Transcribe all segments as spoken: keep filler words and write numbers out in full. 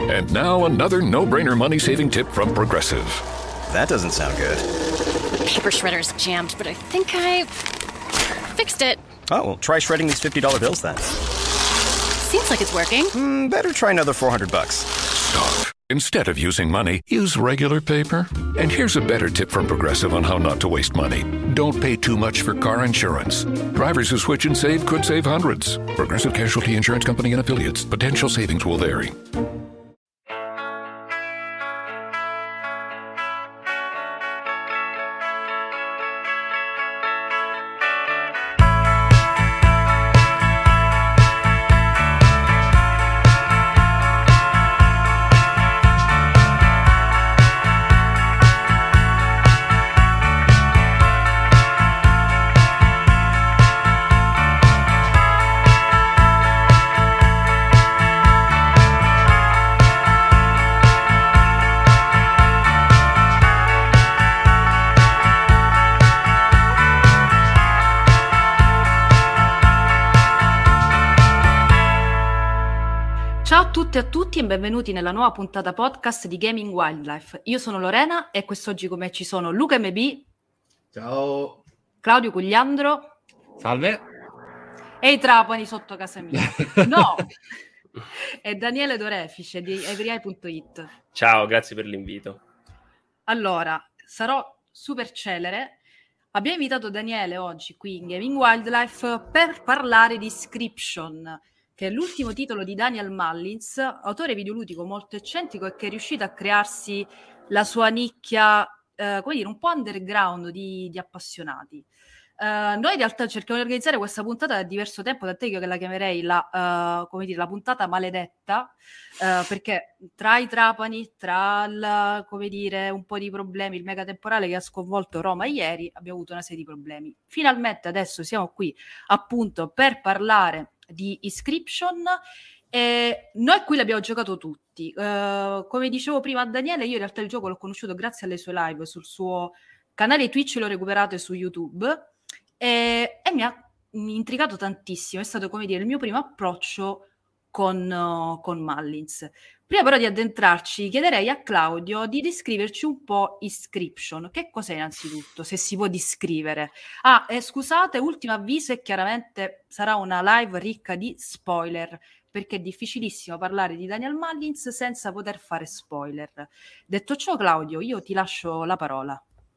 And now another no-brainer money-saving tip from Progressive. That doesn't sound good. The paper shredder is jammed, but I think I fixed it. Oh, well, try shredding these fifty dollar bills then. Seems like it's working. Mm, better try another four hundred bucks. Stop. Instead of using money, use regular paper. And here's a better tip from Progressive on how not to waste money. Don't pay too much for car insurance. Drivers who switch and save could save hundreds. Progressive Casualty Insurance Company and Affiliates. Potential savings will vary. Ciao a tutte e a tutti e benvenuti nella nuova puntata podcast di Gaming Wildlife. Io sono Lorena e quest'oggi con me ci sono Luca M B. Ciao. Claudio Cugliandro. Salve. E i trapani sotto casa mia. No! E Daniele Dorefice di everyeye punto it. Ciao, grazie per l'invito. Allora, sarò super celere. Abbiamo invitato Daniele oggi qui in Gaming Wildlife per parlare di Inscryption, che è l'ultimo titolo di Daniel Mullins, autore videoludico molto eccentrico e che è riuscito a crearsi la sua nicchia, eh, come dire, un po' underground di, di appassionati. Uh, noi in realtà cerchiamo di organizzare questa puntata da diverso tempo, tant'è che io che la chiamerei la, uh, come dire, la puntata maledetta, uh, perché tra i trapani, tra il, come dire, un po' di problemi, il megatemporale che ha sconvolto Roma ieri, abbiamo avuto una serie di problemi. Finalmente adesso siamo qui appunto per parlare di Inscryption e noi qui l'abbiamo giocato tutti. Uh, come dicevo prima a Daniele, io in realtà il gioco l'ho conosciuto grazie alle sue live sul suo canale Twitch, l'ho recuperato su YouTube. E, e mi ha intrigato tantissimo, è stato, come dire, il mio primo approccio con, uh, con Mullins. Prima però di addentrarci, chiederei a Claudio di descriverci un po' Inscryption. Che cos'è innanzitutto, se si può descrivere? Ah, e scusate, ultimo avviso, e chiaramente sarà una live ricca di spoiler, perché è difficilissimo parlare di Daniel Mullins senza poter fare spoiler. Detto ciò, Claudio, io ti lascio la parola.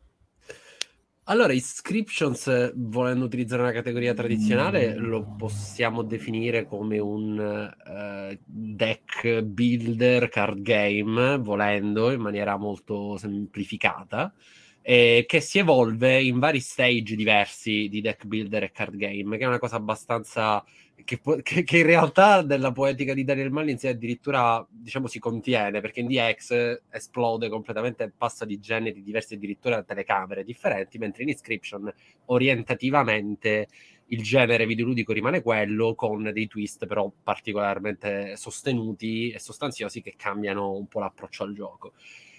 Allora, Inscryptions, volendo utilizzare una categoria tradizionale, lo possiamo definire come un uh, deck builder card game, volendo, in maniera molto semplificata, eh, che si evolve in vari stage diversi di deck builder e card game, che è una cosa abbastanza... Che, che, che in realtà della poetica di Daniel Mullins addirittura, diciamo, si contiene, perché in D X esplode completamente, passa di generi diversi, addirittura telecamere differenti, mentre in Inscryption orientativamente il genere videoludico rimane quello, con dei twist però particolarmente sostenuti e sostanziosi che cambiano un po' l'approccio al gioco.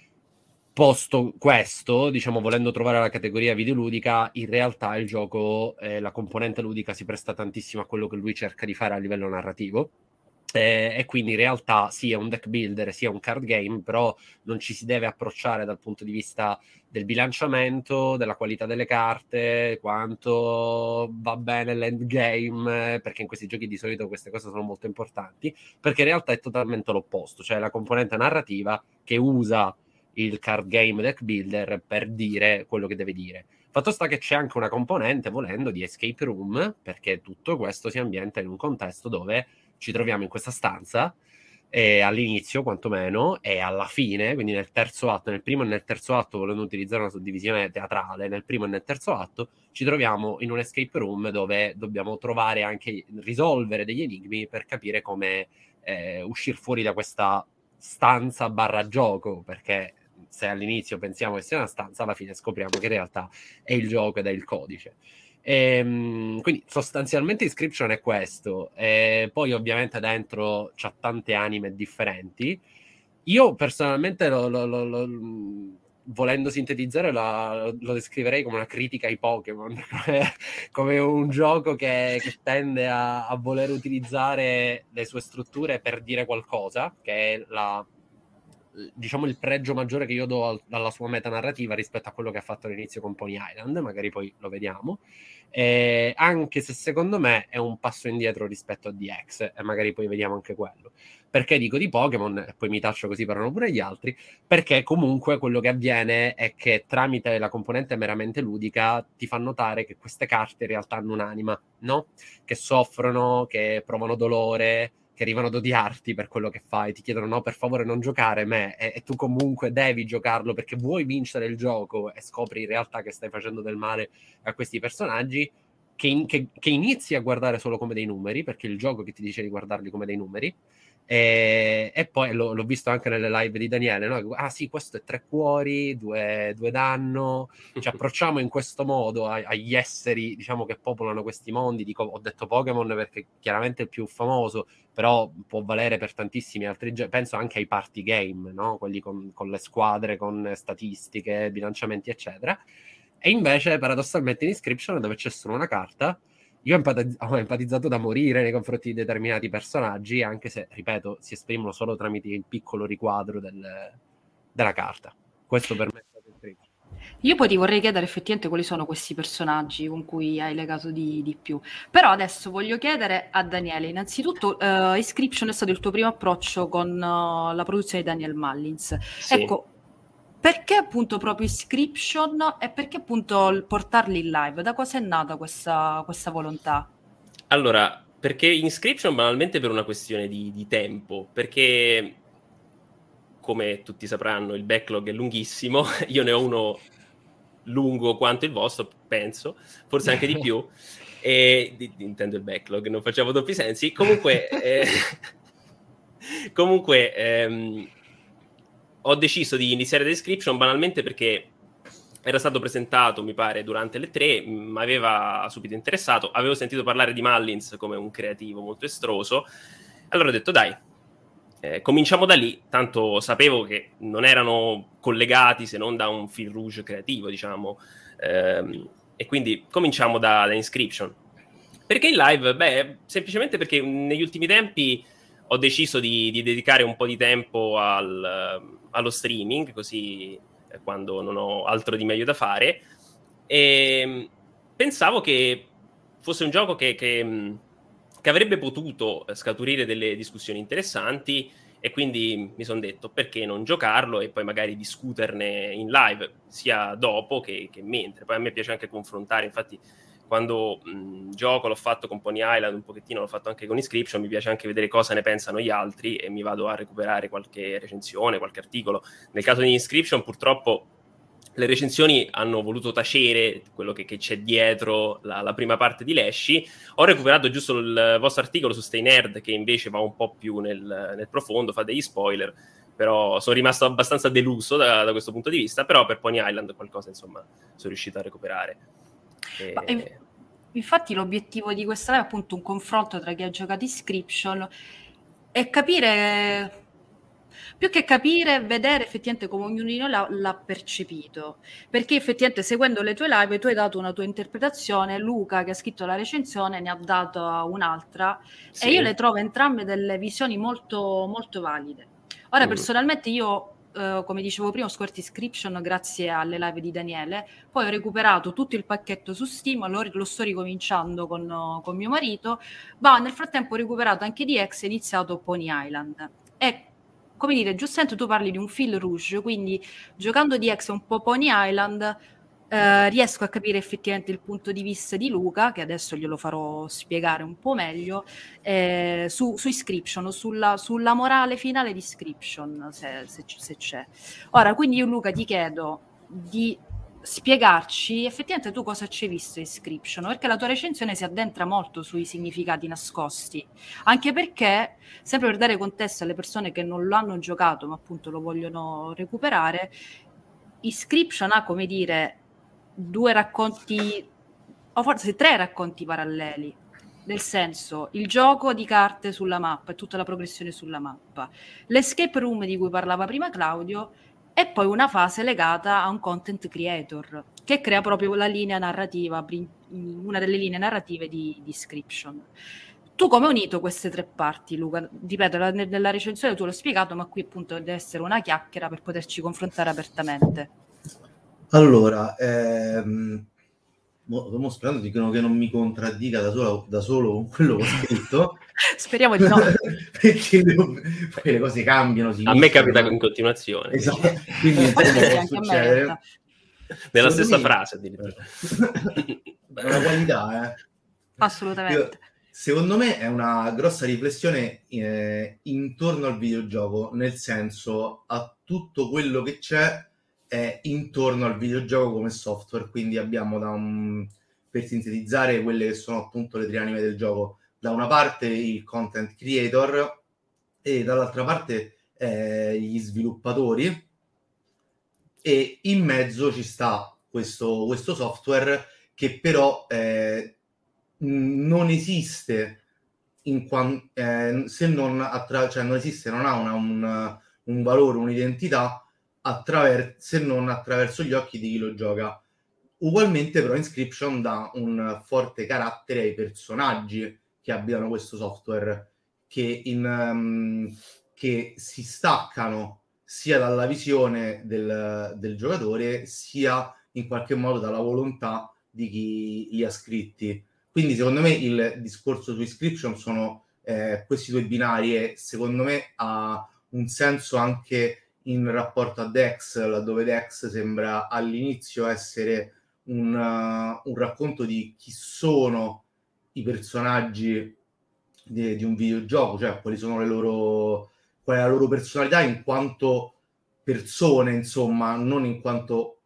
Posto questo, diciamo, volendo trovare la categoria videoludica, in realtà il gioco, eh, la componente ludica si presta tantissimo a quello che lui cerca di fare a livello narrativo, eh, e quindi in realtà sì, è un deck builder, sì, è un card game, però non ci si deve approcciare dal punto di vista del bilanciamento, della qualità delle carte, quanto va bene l'endgame, perché in questi giochi di solito queste cose sono molto importanti, perché in realtà è totalmente l'opposto, cioè la componente narrativa che usa il card game deck builder per dire quello che deve dire. Fatto sta che c'è anche una componente, volendo, di escape room, perché tutto questo si ambienta in un contesto dove ci troviamo in questa stanza, e all'inizio quantomeno, e alla fine, quindi nel terzo atto, nel primo e nel terzo atto, volendo utilizzare una suddivisione teatrale, nel primo e nel terzo atto, ci troviamo in un escape room dove dobbiamo trovare anche, risolvere degli enigmi per capire come eh, uscire fuori da questa stanza barra gioco, perché se all'inizio pensiamo che sia una stanza, alla fine scopriamo che in realtà è il gioco ed è il codice. E, quindi sostanzialmente Inscryption è questo, e poi ovviamente dentro c'ha tante anime differenti. Io personalmente lo, lo, lo, lo, volendo sintetizzare la, lo descriverei come una critica ai Pokémon, come, come un gioco che, che tende a, a voler utilizzare le sue strutture per dire qualcosa, che è la diciamo il pregio maggiore che io do al, alla sua meta narrativa rispetto a quello che ha fatto all'inizio con Pony Island, magari poi lo vediamo, eh, anche se secondo me è un passo indietro rispetto a D X, e magari poi vediamo anche quello. Perché dico di Pokémon, e poi mi taccio così parlano pure gli altri, perché comunque quello che avviene è che tramite la componente meramente ludica ti fa notare che queste carte in realtà hanno un'anima, no? Che soffrono, che provano dolore, che arrivano ad odiarti per quello che fai, ti chiedono no, per favore non giocare me, e, e tu comunque devi giocarlo perché vuoi vincere il gioco e scopri in realtà che stai facendo del male a questi personaggi, che, in, che, che inizi a guardare solo come dei numeri, perché è il gioco che ti dice di guardarli come dei numeri. E, e poi lo, l'ho visto anche nelle live di Daniele, no? Ah sì, questo è tre cuori, due, due danno, ci approcciamo in questo modo a, agli esseri, diciamo, che popolano questi mondi. Dico, ho detto Pokémon perché chiaramente è il più famoso, però può valere per tantissimi altri giochi. Penso anche ai party game, no? Quelli con, con le squadre, con statistiche, bilanciamenti eccetera. E invece paradossalmente in Inscription, dove c'è solo una carta, io ho, empatizz- ho empatizzato da morire nei confronti di determinati personaggi, anche se, ripeto, si esprimono solo tramite il piccolo riquadro del, della carta. Questo per me è stato il trip. Io poi ti vorrei chiedere effettivamente quali sono questi personaggi con cui hai legato di, di più. Però adesso voglio chiedere a Daniele, innanzitutto, uh, Inscription è stato il tuo primo approccio con uh, la produzione di Daniel Mullins. Sì. Ecco, perché appunto proprio Inscription e perché appunto il portarli in live? Da cosa è nata questa, questa volontà? Allora, perché Inscription banalmente per una questione di, di tempo, perché come tutti sapranno il backlog è lunghissimo, io ne ho uno lungo quanto il vostro, penso, forse anche di più, e di, di, intendo il backlog, non facciamo doppi sensi, comunque eh, comunque ehm, ho deciso di iniziare The Inscription banalmente perché era stato presentato, mi pare, durante le tre, mi aveva subito interessato, avevo sentito parlare di Mullins come un creativo molto estroso, allora ho detto dai, eh, cominciamo da lì, tanto sapevo che non erano collegati se non da un fil rouge creativo, diciamo, ehm, e quindi cominciamo da, da Inscription. Perché in live? Beh, semplicemente perché negli ultimi tempi ho deciso di, di dedicare un po' di tempo al, allo streaming, così eh, quando non ho altro di meglio da fare, e pensavo che fosse un gioco che, che, che avrebbe potuto scaturire delle discussioni interessanti, e quindi mi sono detto perché non giocarlo e poi magari discuterne in live, sia dopo che, che mentre. Poi a me piace anche confrontare, infatti quando mh, gioco, l'ho fatto con Pony Island un pochettino, l'ho fatto anche con Inscription, mi piace anche vedere cosa ne pensano gli altri e mi vado a recuperare qualche recensione, qualche articolo. Nel caso di Inscription purtroppo le recensioni hanno voluto tacere quello che, che c'è dietro la, la prima parte di Leshy. Ho recuperato giusto il vostro articolo su Stay Nerd, che invece va un po' più nel, nel profondo, fa degli spoiler, però sono rimasto abbastanza deluso da, da questo punto di vista, però per Pony Island qualcosa insomma sono riuscito a recuperare. E... Ma, infatti l'obiettivo di questa live è appunto un confronto tra chi ha giocato Inscription e capire, più che capire, vedere effettivamente come ognuno di noi l'ha, l'ha percepito, perché effettivamente seguendo le tue live tu hai dato una tua interpretazione, Luca che ha scritto la recensione ne ha dato un'altra, sì. E io le trovo entrambe delle visioni molto, molto valide. Ora mm. personalmente io Uh, come dicevo prima, ho scoperto Inscription grazie alle live di Daniele, poi ho recuperato tutto il pacchetto su Steam, lo, lo sto ricominciando con, uh, con mio marito, ma nel frattempo ho recuperato anche D X e ho iniziato Pony Island. E, come dire, giustamente tu parli di un fil rouge, quindi giocando D X un po' Pony Island Uh, riesco a capire effettivamente il punto di vista di Luca, che adesso glielo farò spiegare un po' meglio, eh, su, su Inscription, sulla, sulla morale finale di Inscription, se, se, se c'è. Ora, quindi io Luca ti chiedo di spiegarci effettivamente tu cosa ci hai visto in Inscription, perché la tua recensione si addentra molto sui significati nascosti, anche perché, sempre per dare contesto alle persone che non lo hanno giocato ma appunto lo vogliono recuperare, Inscription ha, come dire, due racconti, o forse tre racconti paralleli, nel senso il gioco di carte sulla mappa e tutta la progressione sulla mappa, l'escape room di cui parlava prima Claudio, e poi una fase legata a un content creator che crea proprio la linea narrativa, una delle linee narrative di, di Inscription. Tu come hai unito queste tre parti, Luca? Ripeto, la- nella recensione tu l'hai spiegato, ma qui appunto deve essere una chiacchiera per poterci confrontare apertamente. Allora, ehm, mo- mo sperando di che non, che non mi contraddica da solo, da solo con quello che ho scritto. Speriamo di no. Perché le, poi le cose cambiano. Si A me mischiano, capita no? in continuazione. Esatto, quindi insomma, Sì, può anche a me in succedere. realtà. Nella Secondo stessa me- frase addirittura. È una qualità, eh. Assolutamente. Io- secondo me è una grossa riflessione eh, intorno al videogioco, nel senso a tutto quello che c'è è intorno al videogioco come software, quindi abbiamo da un, per sintetizzare quelle che sono appunto le tre anime del gioco, da una parte il content creator e dall'altra parte eh, gli sviluppatori, e in mezzo ci sta questo, questo software che però eh, non esiste in quan- eh, se non attra- cioè non esiste, non ha una, un, un valore, un'identità attraver- se non attraverso gli occhi di chi lo gioca. Ugualmente però Inscription dà un forte carattere ai personaggi che abitano questo software, che, in, um, che si staccano sia dalla visione del, del giocatore sia in qualche modo dalla volontà di chi li ha scritti. Quindi secondo me il discorso su Inscription sono eh, questi due binari, e secondo me ha un senso anche in rapporto a Dex, laddove Dex sembra all'inizio essere un, uh, un racconto di chi sono i personaggi di, di un videogioco, cioè quali sono le loro, qual è la loro personalità in quanto persone, insomma, non in quanto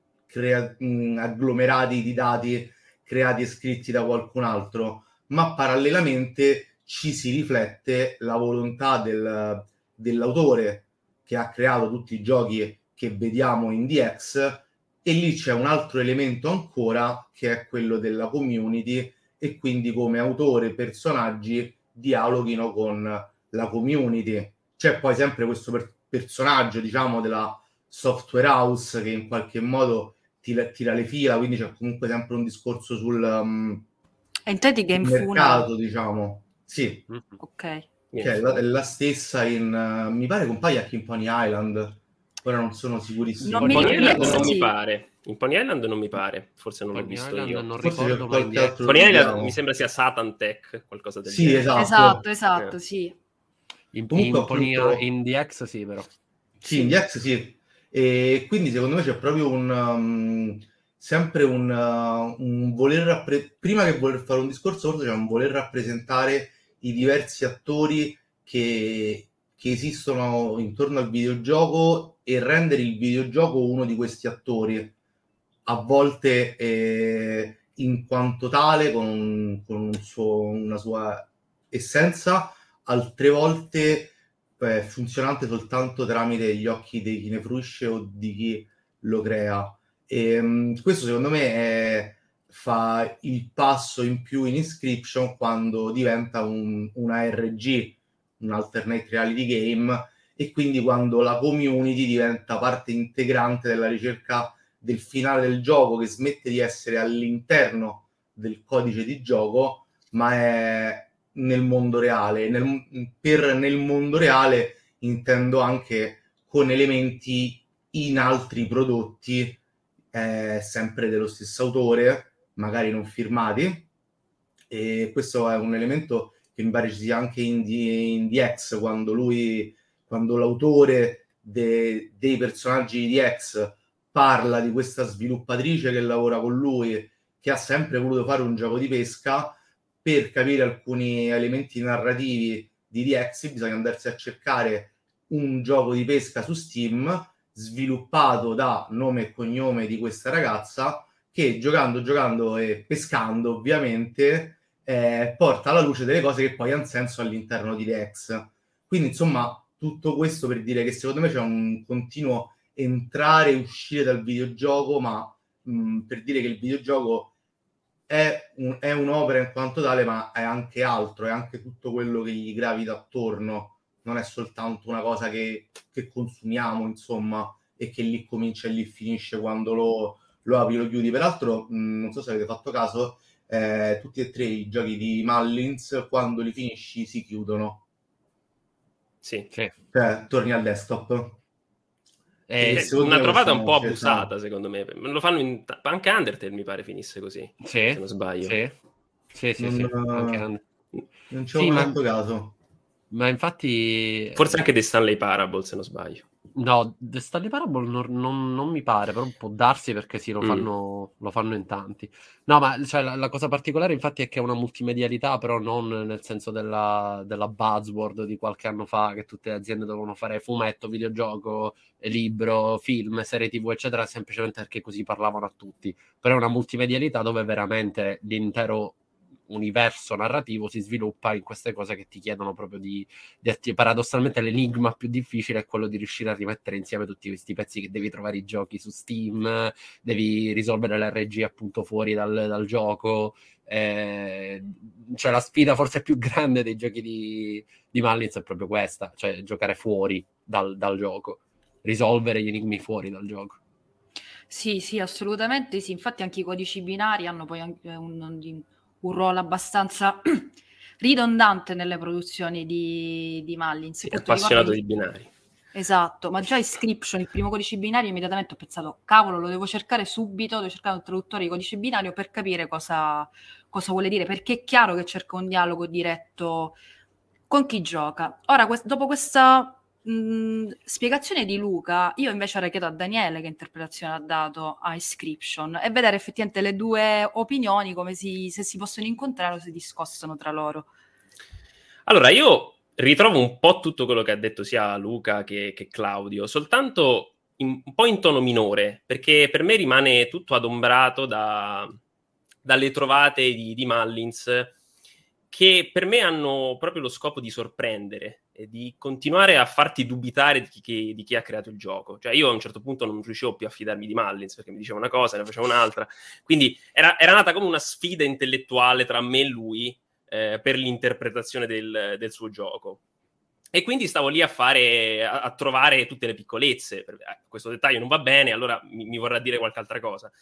crea- mh, agglomerati di dati creati e scritti da qualcun altro, ma parallelamente ci si riflette la volontà del, dell'autore che ha creato tutti i giochi che vediamo in D X, e lì c'è un altro elemento ancora che è quello della community, e quindi come autore e personaggi dialoghino con la community. C'è poi sempre questo per- personaggio, diciamo, della software house che in qualche modo tira, tira le fila, quindi c'è comunque sempre un discorso sul um, E in te di Game mercato, Funa? diciamo. Sì, Ok. che è la, è la stessa in... uh, mi pare compaia anche in Pony Island. Ora non sono sicurissimo. Non In mi- Pony Island Yes, non sì. mi pare. In Pony Island non mi pare. Forse non l'ho Pony visto Island io. non Forse ricordo, c'è ma in qualche altro Pony Island vediamo. mi sembra sia Satan Tech, qualcosa del Sì, genere. esatto. Esatto, esatto, Eh. sì. in, Comunque, in, Pony- appunto- in D X sì, però. Sì, in D X sì. E quindi secondo me c'è proprio un... um, sempre un, uh, un voler... rappre- prima che voler fare un discorso, forse c'è un voler rappresentare i diversi attori che, che esistono intorno al videogioco e rendere il videogioco uno di questi attori, a volte eh, in quanto tale, con, un- con un suo- una sua essenza, altre volte eh, funzionante soltanto tramite gli occhi di chi ne fruisce o di chi lo crea. E, mh, questo secondo me è, fa il passo in più in Inscription quando diventa un, una R G, un alternate reality game, e quindi quando la community diventa parte integrante della ricerca del finale del gioco, che smette di essere all'interno del codice di gioco, ma è nel mondo reale. Nel, per nel mondo reale intendo anche con elementi in altri prodotti, eh, sempre dello stesso autore, magari non firmati, e questo è un elemento che mi pare ci sia anche in, D- in D X, quando lui, quando l'autore de- dei personaggi di D X parla di questa sviluppatrice che lavora con lui, che ha sempre voluto fare un gioco di pesca. Per capire alcuni elementi narrativi di D X bisogna andarsi a cercare un gioco di pesca su Steam sviluppato da nome e cognome di questa ragazza, che giocando, giocando e pescando ovviamente eh, porta alla luce delle cose che poi hanno senso all'interno di D X. Quindi insomma tutto questo per dire che secondo me c'è un continuo entrare e uscire dal videogioco, ma mh, per dire che il videogioco è, un, è un'opera in quanto tale, ma è anche altro, è anche tutto quello che gli gravita attorno, non è soltanto una cosa che, che consumiamo, insomma, e che lì comincia e lì finisce quando lo, lo apri, lo chiudi. Peraltro, mh, non so se avete fatto caso, eh, tutti e tre i giochi di Mullins, quando li finisci si chiudono. Sì. Sì. Cioè, torni al desktop. Eh, E È secondo una me trovata questa un po' è una scelta- abusata, secondo me. Lo fanno in... Anche Undertale mi pare finisse così, sì, se non sbaglio. sì, sì, sì, Non, sì, eh, anche And- non ci ho Sì, ma, fatto caso. ma infatti Forse eh, anche The Stanley Parable, se non sbaglio. no, The Stanley Parable non, non- non mi pare, però può darsi perché sì, lo Mm. fanno, lo fanno in tanti. No, ma cioè, la, la cosa particolare infatti è che è una multimedialità, però non nel senso della, della buzzword di qualche anno fa, che tutte le aziende dovevano fare fumetto, videogioco, libro, film, serie tv, eccetera, semplicemente perché così parlavano a tutti. Però è una multimedialità dove veramente l'intero universo narrativo si sviluppa in queste cose che ti chiedono proprio di, di atti- paradossalmente l'enigma più difficile è quello di riuscire a rimettere insieme tutti questi pezzi, che devi trovare i giochi su Steam, devi risolvere l'R G appunto fuori dal, dal gioco, eh, cioè la sfida forse più grande dei giochi di, di Mullins è proprio questa, cioè giocare fuori dal, dal gioco, risolvere gli enigmi fuori dal gioco. Sì, sì, assolutamente sì. Infatti anche i codici binari hanno poi anche un, un- un ruolo abbastanza ridondante nelle produzioni di, di Mullins. Sì, Appunto, ricordo appassionato in- di binari. Esatto, ma già Inscription, il primo codice binario, immediatamente ho pensato, cavolo, lo devo cercare subito, devo cercare un traduttore di codice binario per capire cosa, cosa vuole dire, perché è chiaro che cerca un dialogo diretto con chi gioca. Ora, quest- dopo questa mh, spiegazione di Luca, io invece ora chiedo a Daniele che interpretazione ha dato a Inscription e vedere effettivamente le due opinioni, come si, se si possono incontrare o si discostano tra loro. Allora, io ritrovo un po' tutto quello che ha detto sia Luca che, che Claudio, soltanto in- un po' in tono minore, perché per me rimane tutto adombrato da, dalle trovate di, di Mullins, che per me hanno proprio lo scopo di sorprendere e di continuare a farti dubitare di chi, di chi ha creato il gioco. Cioè io a un certo punto non riuscivo più a fidarmi di Mullins, perché mi diceva una cosa e ne faceva un'altra. Quindi era, era nata come una sfida intellettuale tra me e lui, eh, per l'interpretazione del, del suo gioco. E quindi stavo lì a fare, a, a trovare tutte le piccolezze. Per, eh, questo dettaglio non va bene, allora mi, mi vorrà dire qualche altra cosa.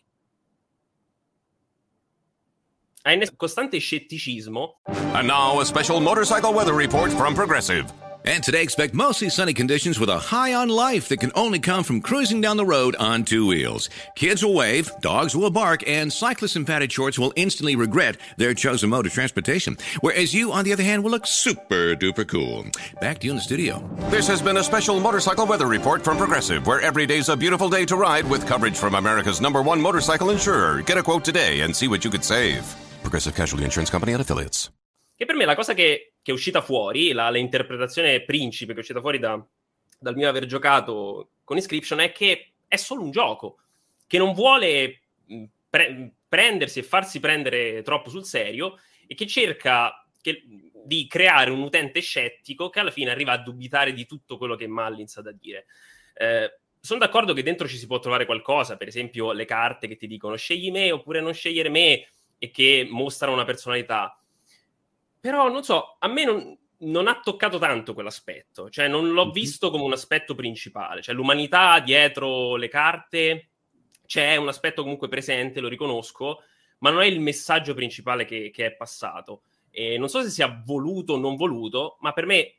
Hai un costante scetticismo. And now a special motorcycle weather report from Progressive. And today, expect mostly sunny conditions with a high on life that can only come from cruising down the road on two wheels. Kids will wave, dogs will bark, and cyclists in padded shorts will instantly regret their chosen mode of transportation. Whereas you, on the other hand, will look super duper cool. Back to you in the studio. This has been a special motorcycle weather report from Progressive, where every day's a beautiful day to ride with coverage from America's number one motorcycle insurer. Get a quote today and see what you could save. Progressive Casualty Insurance Company and Affiliates. Che per me la cosa che, che è uscita fuori, la, l'interpretazione principe che è uscita fuori da, dal mio aver giocato con Inscription, è che è solo un gioco, che non vuole pre- prendersi e farsi prendere troppo sul serio e che cerca che, di creare un utente scettico che alla fine arriva a dubitare di tutto quello che Mullins ha da dire. Eh, sono d'accordo che dentro ci si può trovare qualcosa, per esempio le carte che ti dicono scegli me oppure non scegliere me e che mostrano una personalità. Però, non so, a me non, non ha toccato tanto quell'aspetto. Cioè, non l'ho visto come un aspetto principale. Cioè, l'umanità dietro le carte c'è un aspetto comunque presente, lo riconosco, ma non è il messaggio principale che, che è passato. E non so se sia voluto o non voluto, ma per me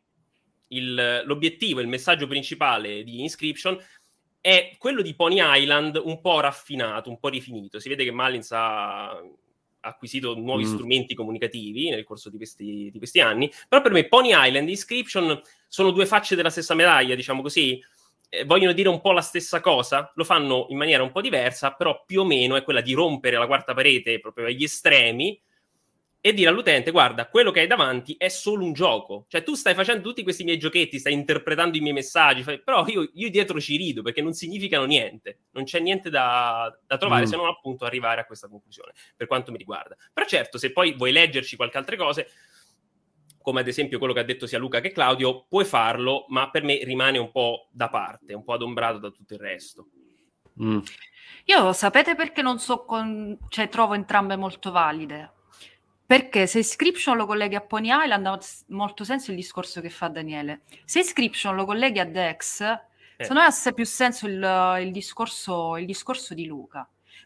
il, l'obiettivo, il messaggio principale di Inscription è quello di Pony Island un po' raffinato, un po' rifinito. Si vede che Mullins ha acquisito nuovi mm. strumenti comunicativi nel corso di questi, di questi anni, però per me Pony Island e Inscription sono due facce della stessa medaglia, diciamo così, eh, vogliono dire un po' la stessa cosa, lo fanno in maniera un po' diversa, però più o meno è quella di rompere la quarta parete proprio agli estremi e dire all'utente, guarda, quello che hai davanti è solo un gioco, cioè tu stai facendo tutti questi miei giochetti, stai interpretando i miei messaggi, fai... però io, io dietro ci rido perché non significano niente, non c'è niente da, da trovare mm. se non appunto arrivare a questa conclusione, per quanto mi riguarda. Però certo, se poi vuoi leggerci qualche altre cose, come ad esempio quello che ha detto sia Luca che Claudio, puoi farlo, ma per me rimane un po' da parte, un po' adombrato da tutto il resto. Mm. Io sapete perché non so, con... cioè trovo entrambe molto valide? Perché se Inscription lo colleghi a Pony Island ha molto senso il discorso che fa Daniele. Se Inscription lo colleghi a Dex, eh. secondo me ha più senso il, il, discorso, il discorso di Luca.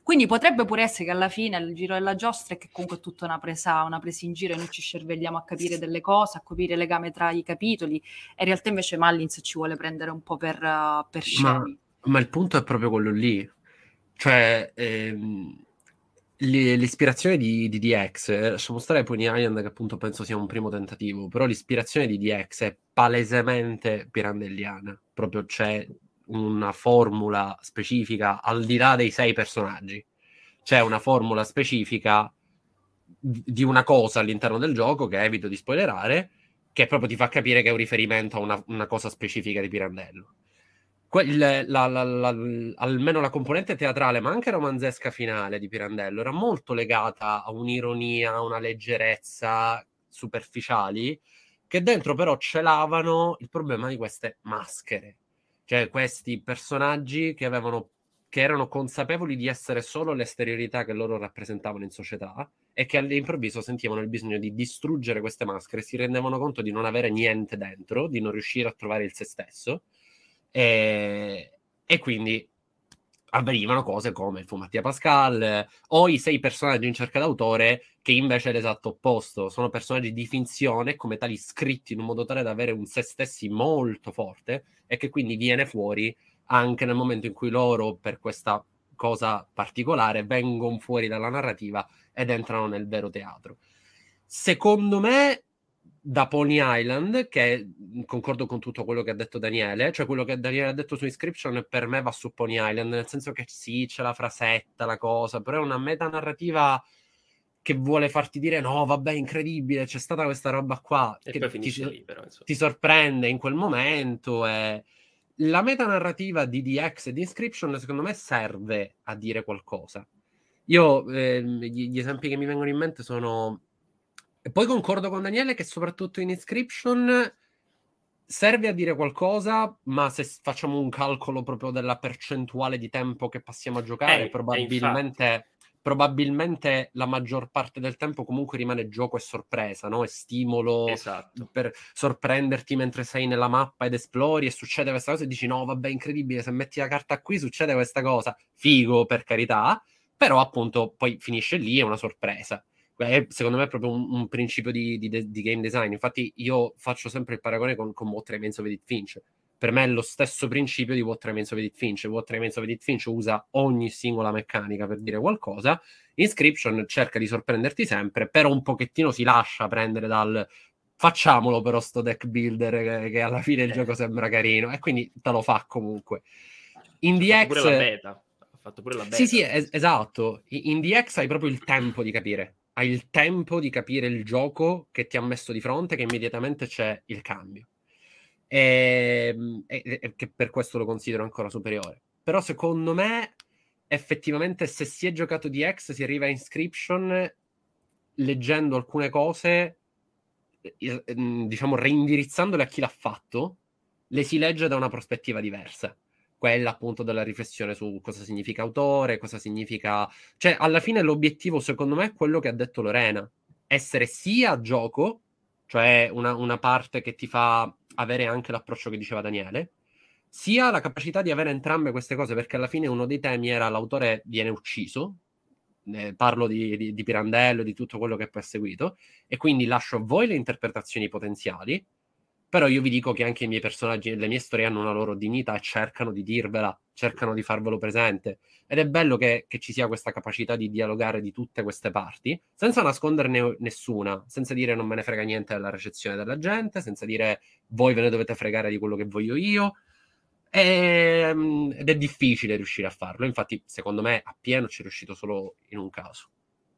Quindi potrebbe pure essere che alla fine il giro della giostra è che comunque è tutta una presa, una presa in giro e noi ci cervelliamo a capire delle cose, a capire il legame tra i capitoli, e in realtà invece Mullins ci vuole prendere un po' per, uh, per scemi. Ma, ma il punto è proprio quello lì. Cioè, ehm, l'ispirazione di, di D X, eh, lasciamo stare Pony Island che appunto penso sia un primo tentativo, però l'ispirazione di D X è palesemente pirandelliana, proprio c'è una formula specifica al di là dei sei personaggi, c'è una formula specifica di una cosa all'interno del gioco che evito di spoilerare, che proprio ti fa capire che è un riferimento a una, una cosa specifica di Pirandello. La, la, la, la, almeno la componente teatrale, ma anche romanzesca finale di Pirandello era molto legata a un'ironia, a una leggerezza superficiali, che dentro però celavano il problema di queste maschere, cioè questi personaggi che avevano che erano consapevoli di essere solo l'esteriorità che loro rappresentavano in società e che all'improvviso sentivano il bisogno di distruggere queste maschere, si rendevano conto di non avere niente dentro, di non riuscire a trovare il se stesso. E, e quindi avvenivano cose come il fu Mattia Pascal eh, o i sei personaggi in cerca d'autore, che invece è l'esatto opposto, sono personaggi di finzione, come tali scritti in un modo tale da avere un se stessi molto forte, e che quindi viene fuori anche nel momento in cui loro, per questa cosa particolare, vengono fuori dalla narrativa ed entrano nel vero teatro. Secondo me, da Pony Island, che concordo con tutto quello che ha detto Daniele, cioè quello che Daniele ha detto su Inscription per me va su Pony Island, nel senso che sì, c'è la frasetta, la cosa, però è una metanarrativa che vuole farti dire no, vabbè, incredibile, c'è stata questa roba qua, e che poi finisce ti, lì, però, insomma. ti sorprende in quel momento. E la metanarrativa di D X e di Inscription secondo me serve a dire qualcosa. Io eh, gli, gli esempi che mi vengono in mente sono... E poi concordo con Daniele che soprattutto in Inscription serve a dire qualcosa, ma se facciamo un calcolo proprio della percentuale di tempo che passiamo a giocare, eh, probabilmente, probabilmente la maggior parte del tempo comunque rimane gioco e sorpresa, no? E stimolo, esatto, per sorprenderti mentre sei nella mappa ed esplori e succede questa cosa e dici no, vabbè, incredibile, se metti la carta qui succede questa cosa, figo, per carità, però appunto poi finisce lì, è una sorpresa. È, secondo me è proprio un, un principio di, di, di game design. Infatti io faccio sempre il paragone con, con What Remains of Edith Finch. Per me è lo stesso principio di What Remains of Edith Finch. What Remains of Edith Finch usa ogni singola meccanica per dire qualcosa. Inscription cerca di sorprenderti sempre, però un pochettino si lascia prendere dal facciamolo però sto deck builder che, che alla fine il eh. gioco sembra carino, e quindi te lo fa comunque. In D X pure la beta. Ha fatto pure la beta. Sì, sì, es- esatto. In D X hai proprio il tempo di capire. Hai il tempo di capire il gioco che ti ha messo di fronte, che immediatamente c'è il cambio. E, e, e che per questo lo considero ancora superiore. Però secondo me, effettivamente, se si è giocato D X, si arriva a Inscription leggendo alcune cose, diciamo, reindirizzandole a chi l'ha fatto, le si legge da una prospettiva diversa. Quella appunto della riflessione su cosa significa autore, cosa significa... Cioè, alla fine l'obiettivo, secondo me, è quello che ha detto Lorena. Essere sia gioco, cioè una, una parte che ti fa avere anche l'approccio che diceva Daniele, sia la capacità di avere entrambe queste cose, perché alla fine uno dei temi era l'autore viene ucciso, eh, parlo di, di, di Pirandello, di tutto quello che poi è seguito, e quindi lascio a voi le interpretazioni potenziali, però io vi dico che anche i miei personaggi e le mie storie hanno una loro dignità e cercano di dirvela, cercano di farvelo presente. Ed è bello che, che ci sia questa capacità di dialogare di tutte queste parti, senza nasconderne nessuna, senza dire non me ne frega niente della recezione della gente, senza dire voi ve ne dovete fregare di quello che voglio io. E, ed è difficile riuscire a farlo. Infatti, secondo me, appieno ci è riuscito solo in un caso.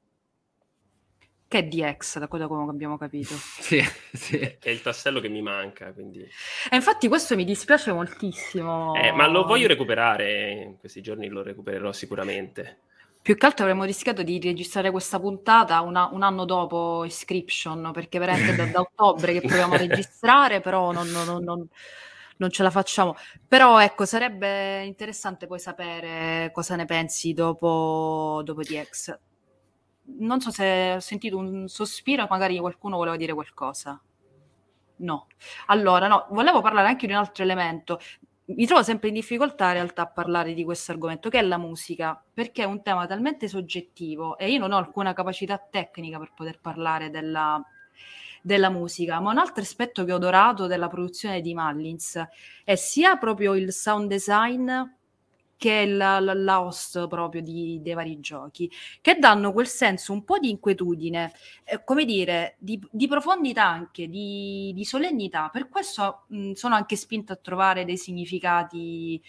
Che è D X, da quello che abbiamo capito. Sì, sì. Che è il tassello che mi manca, quindi... E infatti questo mi dispiace moltissimo. Eh, ma lo voglio recuperare, in questi giorni lo recupererò sicuramente. Più che altro avremmo rischiato di registrare questa puntata una, un anno dopo Inscription, perché veramente da, da ottobre che proviamo a registrare, però non, non, non, non ce la facciamo. Però ecco, sarebbe interessante poi sapere cosa ne pensi dopo, dopo D X. Non so se ho sentito un sospiro, magari qualcuno voleva dire qualcosa. No. Allora, no, volevo parlare anche di un altro elemento. mi trovo sempre in difficoltà in realtà a parlare di questo argomento, che è la musica, perché è un tema talmente soggettivo e io non ho alcuna capacità tecnica per poter parlare della, della musica, ma un altro aspetto che ho adorato della produzione di Mullins è sia proprio il sound design che la, la, la host proprio di, dei vari giochi, che danno quel senso un po' di inquietudine, eh, come dire, di, di profondità anche, di, di solennità. Per questo mh, sono anche spinta a trovare dei significati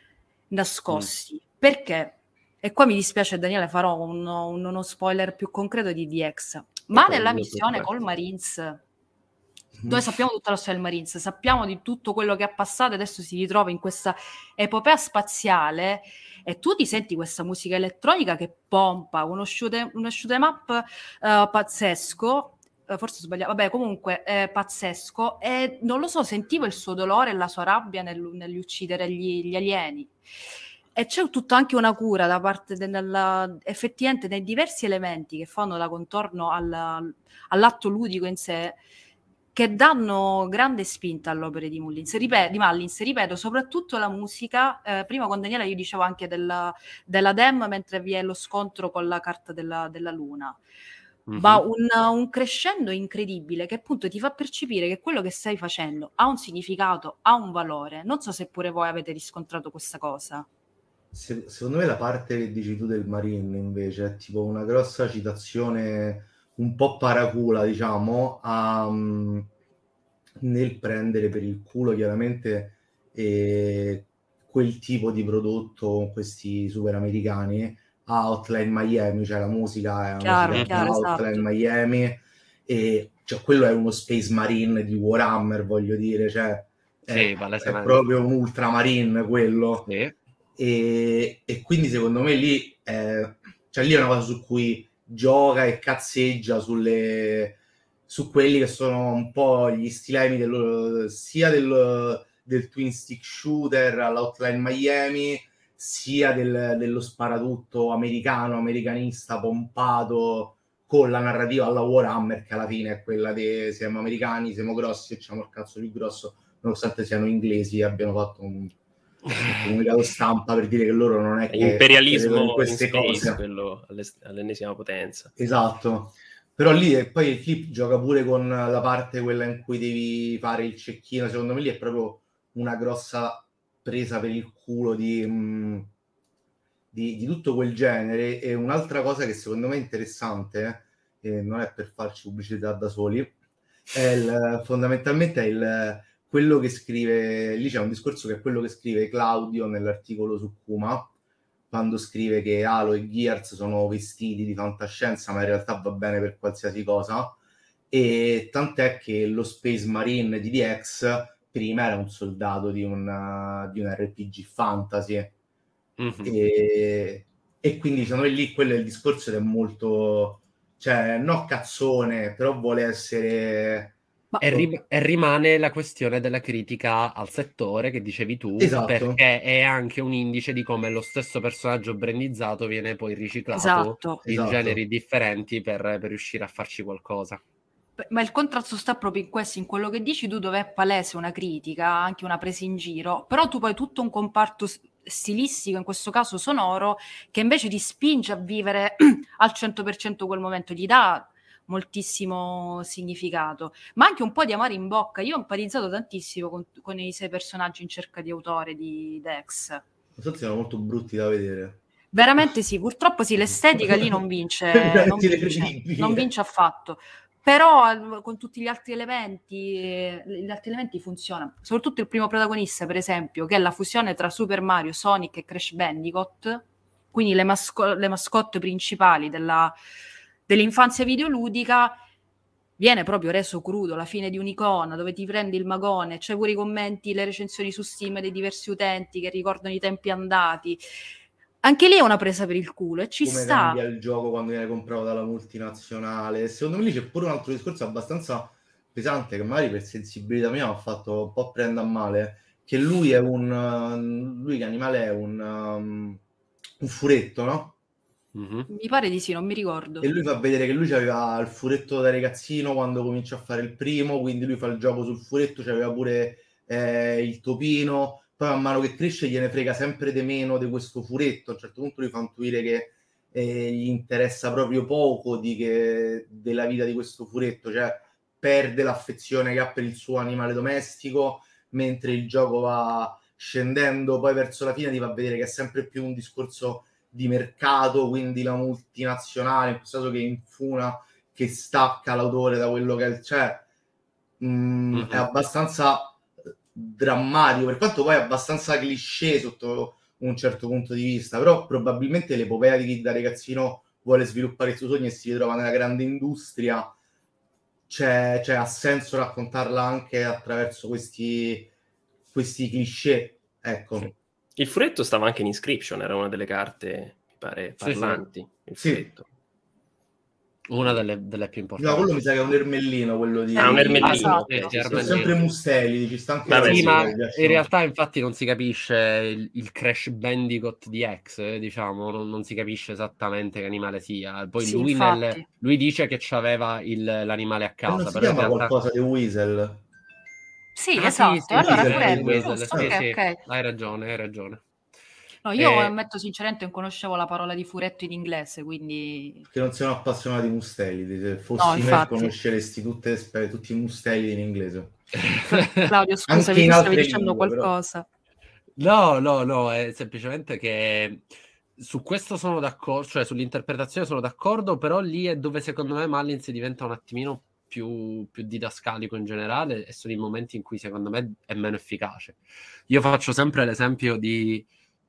nascosti. Mm. Perché? E qua mi dispiace Daniele, farò un, un, uno spoiler più concreto di D X, ma nella missione col Marines, dove sappiamo tutta la storia del Marines, sappiamo di tutto quello che è passato, adesso si ritrova in questa epopea spaziale e tu ti senti questa musica elettronica che pompa, uno shoot, uno shoot 'em up uh, pazzesco, uh, forse ho sbagliato, vabbè comunque è pazzesco, e non lo so, sentivo il suo dolore e la sua rabbia nel, nell'uccidere uccidere gli, gli alieni. E c'è tutta anche una cura da parte della, effettivamente dei diversi elementi che fanno da contorno al, all'atto ludico in sé, che danno grande spinta all'opera di Mullins, ripeto, di Mullins, ripeto, soprattutto la musica. Eh, prima con Daniela io dicevo anche della, della Dem, mentre vi è lo scontro con la carta della, della luna, mm-hmm. ma un, un crescendo incredibile che appunto ti fa percepire che quello che stai facendo ha un significato, ha un valore. Non so se pure voi avete riscontrato questa cosa. Se, secondo me la parte che dici tu del Marine invece è tipo una grossa citazione un po' paracula, diciamo, a, um, nel prendere per il culo chiaramente eh, quel tipo di prodotto, questi super americani, a Hotline Miami, cioè la musica è una chiaro, musica chiaro, a Hotline esatto. Miami, e cioè quello è uno Space Marine di Warhammer, voglio dire, cioè sì, è, è proprio un Ultramarine quello, sì. e, e quindi secondo me lì è, cioè lì è una cosa su cui gioca e cazzeggia sulle, su quelli che sono un po' gli stilemi dello, sia del, del twin stick shooter all'Hotline Miami, sia del, dello sparatutto americano, americanista, pompato, con la narrativa alla Warhammer, che alla fine è quella di siamo americani, siamo grossi e c'hanno il cazzo più grosso, nonostante siano inglesi e abbiano fatto un comunicato stampa per dire che loro non è che imperialismo in queste in space, cose, quello all'ennesima potenza. Esatto. Però lì e poi il clip gioca pure con la parte quella in cui devi fare il cecchino, secondo me lì è proprio una grossa presa per il culo di, mh, di, di tutto quel genere. E un'altra cosa che secondo me è interessante, eh, non è per farci pubblicità da soli, è il, fondamentalmente è il quello che scrive, lì c'è un discorso che è quello che scrive Claudio nell'articolo su Kuma, quando scrive che Halo e Gears sono vestiti di fantascienza, ma in realtà va bene per qualsiasi cosa, e tant'è che lo Space Marine di D X prima era un soldato di un, di un R P G fantasy, mm-hmm. e, e quindi secondo me lì quello è il discorso ed è molto, cioè no cazzone, però vuole essere... E, rim- e rimane la questione della critica al settore che dicevi tu, esatto. perché è anche un indice di come lo stesso personaggio brandizzato viene poi riciclato esatto. in esatto. generi differenti per, per riuscire a farci qualcosa. Ma il contrasto sta proprio in questo, in quello che dici tu, dove è palese una critica, anche una presa in giro, però tu poi tutto un comparto stilistico, in questo caso sonoro, che invece ti spinge a vivere al cento per cento quel momento, gli dà moltissimo significato, ma anche un po' di amare in bocca. Io ho empatizzato tantissimo con, con i sei personaggi in cerca di autore di Dex. So, sono molto brutti da vedere. Veramente sì, purtroppo sì, l'estetica lì non vince, non vince, non vince affatto. Però con tutti gli altri elementi, gli altri elementi funzionano. Soprattutto il primo protagonista, per esempio, che è la fusione tra Super Mario, Sonic e Crash Bandicoot, quindi le, masco- le mascotte principali della dell'infanzia videoludica, viene proprio reso crudo, la fine di un'icona, dove ti prendi il magone, c'è pure i commenti, le recensioni su Steam dei diversi utenti che ricordano i tempi andati. Anche lì è una presa per il culo e ci come sta. Cambia il gioco quando viene comprato dalla multinazionale. Secondo me lì c'è pure un altro discorso abbastanza pesante che magari per sensibilità mia mi ha fatto un po' prendere a male, che lui è un lui che animale è un um, un furetto, no? Mm-hmm. Mi pare di sì, non mi ricordo. E lui fa vedere che lui aveva il furetto da ragazzino quando comincia a fare il primo, quindi lui fa il gioco sul furetto, c'aveva pure eh, il topino. Poi poi man mano che cresce gliene frega sempre di meno di questo furetto, a un certo punto gli fa intuire che eh, gli interessa proprio poco di che, della vita di questo furetto, cioè perde l'affezione che ha per il suo animale domestico, mentre il gioco va scendendo, poi verso la fine ti fa vedere che è sempre più un discorso di mercato, quindi la multinazionale, in questo caso che infuna, che stacca l'autore da quello che è, cioè mh, mm-hmm. è abbastanza drammatico, per quanto poi è abbastanza cliché sotto un certo punto di vista, però probabilmente l'epopea di chi da ragazzino vuole sviluppare il suo sogno e si ritrova nella grande industria, c'è, c'è ha senso raccontarla anche attraverso questi questi cliché, ecco. Sì. Il furetto stava anche in Inscription, era una delle carte, mi pare, parlanti. Sì, il sì. furetto. Una delle, delle più importanti. No, quello mi sa che è un ermellino, quello di... Ah, un ermellino. Ah, esatto, okay. sì, Sono sempre musteli, ci sta anche... Vabbè, sì, sì, ma in realtà infatti non si capisce il, il Crash Bandicoot di X, eh, diciamo, non, non si capisce esattamente che animale sia. Poi sì, lui, nel, lui dice che c'aveva il, l'animale a casa. E non si però chiama in realtà... qualcosa di Weasel? Sì, ah, esatto, sì, sì, allora Weasel, pure il Weasel, giusto, sì, ok, sì. ok. Hai ragione, hai ragione. No, io Eh, ammetto sinceramente non conoscevo la parola di furetto in inglese, quindi... Che non siano appassionati di mustelli, se No, fossi me infatti. conosceresti tutte, spe- tutti i mustelli in inglese. Claudio, Anche scusami, in tu stavi altre dicendo lingue, però. qualcosa. No, no, no, è semplicemente che su questo sono d'accordo, cioè sull'interpretazione sono d'accordo, però lì è dove secondo me Mullins diventa un attimino più, più didascalico in generale, e sono i momenti in cui secondo me è meno efficace. Io faccio sempre l'esempio di,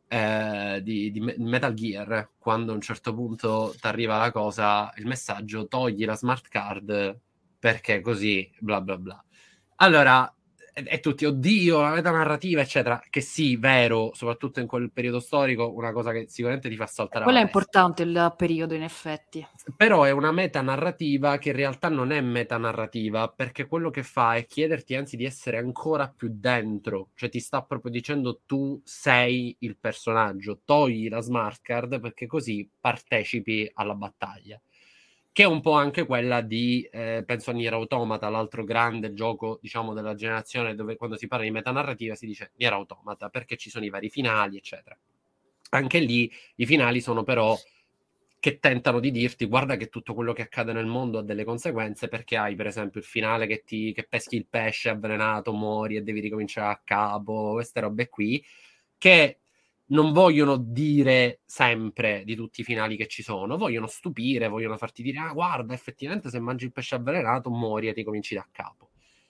eh, di, di Metal Gear, quando a un certo punto ti arriva la cosa, il messaggio, togli la smart card perché così, bla bla bla. Allora... e tutti, oddio, la metanarrativa, eccetera, che sì, vero, soprattutto in quel periodo storico, una cosa che sicuramente ti fa saltare Quello è la testa. importante, il periodo, in effetti. Però è una metanarrativa che in realtà non è metanarrativa, perché quello che fa è chiederti anzi di essere ancora più dentro, cioè ti sta proprio dicendo tu sei il personaggio, togli la smart card perché così partecipi alla battaglia. Che è un po' anche quella di, eh, penso a Nier Automata, l'altro grande gioco, diciamo, della generazione, dove quando si parla di metanarrativa si dice Nier Automata, perché ci sono i vari finali, eccetera. Anche lì i finali sono però che tentano di dirti, guarda che tutto quello che accade nel mondo ha delle conseguenze, perché hai, per esempio, il finale che, ti, che peschi il pesce avvelenato, muori e devi ricominciare a capo, queste robe qui, che... non vogliono dire sempre di tutti i finali che ci sono, vogliono stupire, vogliono farti dire, ah guarda, effettivamente se mangi il pesce avvelenato muori e ricominci da capo.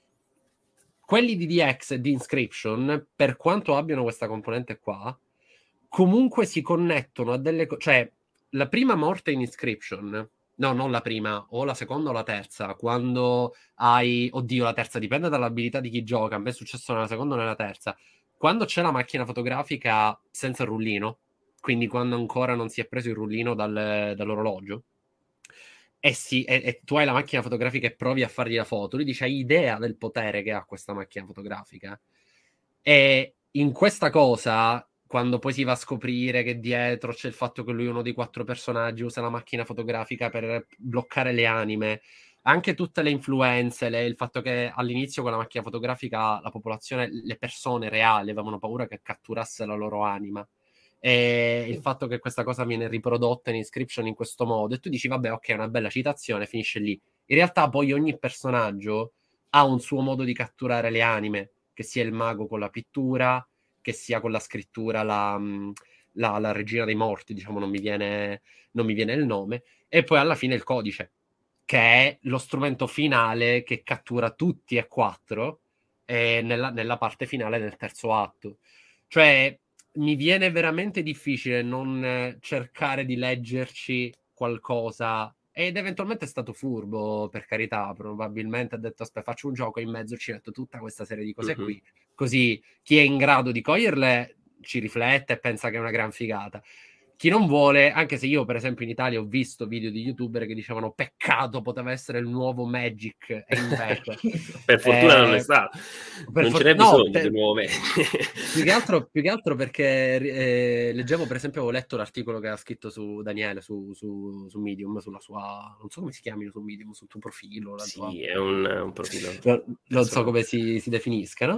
Quelli di D X e di Inscription, per quanto abbiano questa componente qua, comunque si connettono a delle cose, cioè la prima morte in Inscription, no, non la prima, o la seconda o la terza, quando hai, oddio, la terza, dipende dall'abilità di chi gioca, a me è successo nella seconda o nella terza, quando c'è la macchina fotografica senza il rullino, quindi quando ancora non si è preso il rullino dal, dall'orologio, e, sì, e, e tu hai la macchina fotografica e provi a fargli la foto, lui dice hai idea del potere che ha questa macchina fotografica. E in questa cosa, quando poi si va a scoprire che dietro c'è il fatto che lui è uno dei quattro personaggi, usa la macchina fotografica per bloccare le anime, anche tutte le influenze, le, il fatto che all'inizio con la macchina fotografica la popolazione, le persone reali avevano paura che catturasse la loro anima, e il fatto che questa cosa viene riprodotta in Inscription in questo modo, e tu dici vabbè, ok, è una bella citazione, finisce lì. In realtà poi ogni personaggio ha un suo modo di catturare le anime, che sia il mago con la pittura, che sia con la scrittura la, la, la regina dei morti, diciamo, non mi viene non mi viene il nome, e poi alla fine il codice, che è lo strumento finale che cattura tutti e quattro eh, nella, nella parte finale del terzo atto. Cioè, mi viene veramente difficile non eh, cercare di leggerci qualcosa, ed eventualmente è stato furbo, per carità, probabilmente ha detto aspetta, faccio un gioco in mezzo, ci metto tutta questa serie di cose uh-huh. qui, così chi è in grado di coglierle ci riflette e pensa che è una gran figata. Chi non vuole, anche se io per esempio in Italia ho visto video di youtuber che dicevano peccato, poteva essere il nuovo Magic, e invece per fortuna eh, non è stato, non for- ce n'è no, bisogno per... di nuovo Magic. più, che altro, più che altro perché eh, leggevo, per esempio, avevo letto l'articolo che ha scritto su Daniele su, su, su Medium, sulla sua, non so come si chiamino su Medium, sul tuo profilo. La sì, tua... è un, un profilo. non, non so come si, si definisca, no?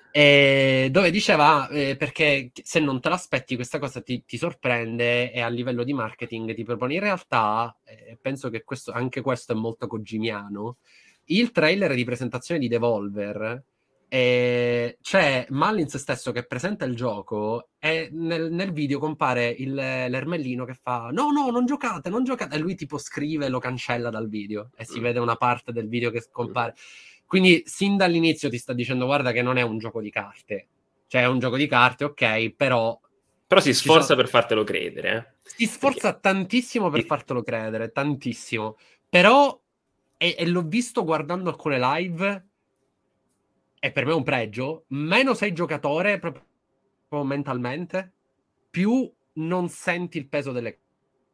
E dove diceva eh, perché se non te l'aspetti questa cosa ti, ti sorprende e a livello di marketing ti propone. In realtà eh, penso che questo, anche questo è molto kojimiano. Il trailer di presentazione di Devolver eh, c'è Mullins stesso che presenta il gioco e nel, nel video compare il, l'ermellino che fa no no non giocate non giocate e lui tipo scrive e lo cancella dal video e si vede una parte del video che compare. Quindi sin dall'inizio ti sta dicendo guarda che non è un gioco di carte, cioè è un gioco di carte, ok, però... Però si sforza sono... per fartelo credere. Eh? Si sforza Perché... tantissimo per fartelo credere, tantissimo. Però, e, e l'ho visto guardando alcune live, e per me è un pregio, meno sei giocatore proprio mentalmente, più non senti il peso delle carte.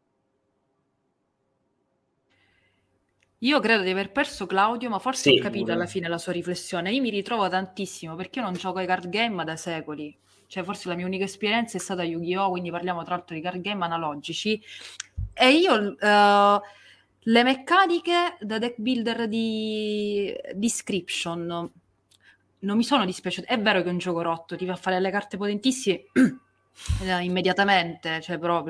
Io credo di aver perso Claudio, ma forse sì, ho capito alla fine la sua riflessione. Io mi ritrovo tantissimo perché io non gioco ai card game da secoli. Cioè, forse la mia unica esperienza è stata Yu-Gi-Oh!, quindi parliamo tra l'altro di card game analogici. E io uh, le meccaniche da deck builder di Description non mi sono dispiaciute. È vero che è un gioco rotto, ti fa fare le carte potentissime immediatamente, cioè proprio.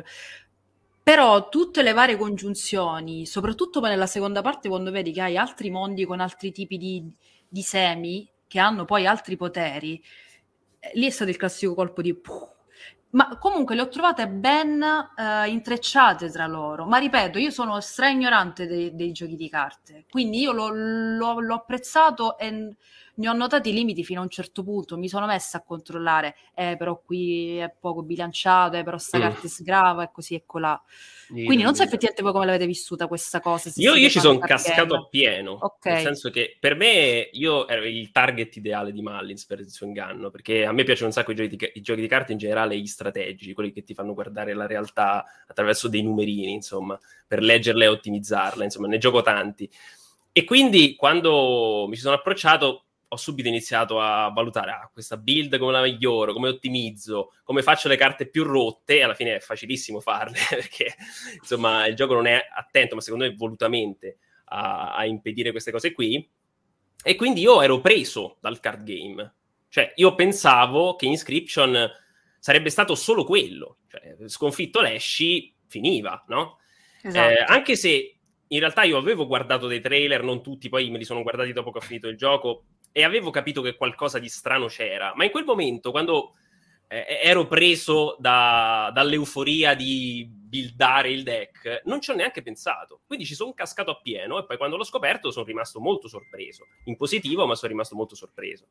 Però tutte le varie congiunzioni, soprattutto nella seconda parte quando vedi che hai altri mondi con altri tipi di, di semi che hanno poi altri poteri, eh, lì è stato il classico colpo di puh. Ma comunque le ho trovate ben uh, intrecciate tra loro. Ma ripeto, io sono stra ignorante dei, dei giochi di carte, quindi io l'ho, l'ho, l'ho apprezzato e ne ho notati i limiti fino a un certo punto. Mi sono messa a controllare, eh, però qui è poco bilanciato, eh, però sta mm. carta sgrava e così e colà. Quindi non so effettivamente voi come l'avete vissuta questa cosa. Se io, io ci sono cascato game. appieno, okay. Nel senso che per me io ero il target ideale di Mullins per il suo inganno, perché a me piacciono un sacco i giochi di, i giochi di carte in generale, gli strategici, quelli che ti fanno guardare la realtà attraverso dei numerini, insomma, per leggerla e ottimizzarla, insomma, ne gioco tanti. E quindi quando mi ci sono approcciato ho subito iniziato a valutare ah, questa build come la miglioro, come ottimizzo, come faccio le carte più rotte, e alla fine è facilissimo farle, perché insomma il gioco non è attento, ma secondo me volutamente, a, a impedire queste cose qui. E quindi io ero preso dal card game. Cioè, io pensavo che Inscription sarebbe stato solo quello. Cioè, sconfitto Leshy, finiva, no? Esatto. Eh, anche se in realtà io avevo guardato dei trailer, non tutti, poi me li sono guardati dopo che ho finito il gioco, e avevo capito che qualcosa di strano c'era. Ma in quel momento, quando eh, ero preso da, dall'euforia di buildare il deck, non ci ho neanche pensato. Quindi ci sono cascato appieno, e poi quando l'ho scoperto sono rimasto molto sorpreso. In positivo, ma sono rimasto molto sorpreso.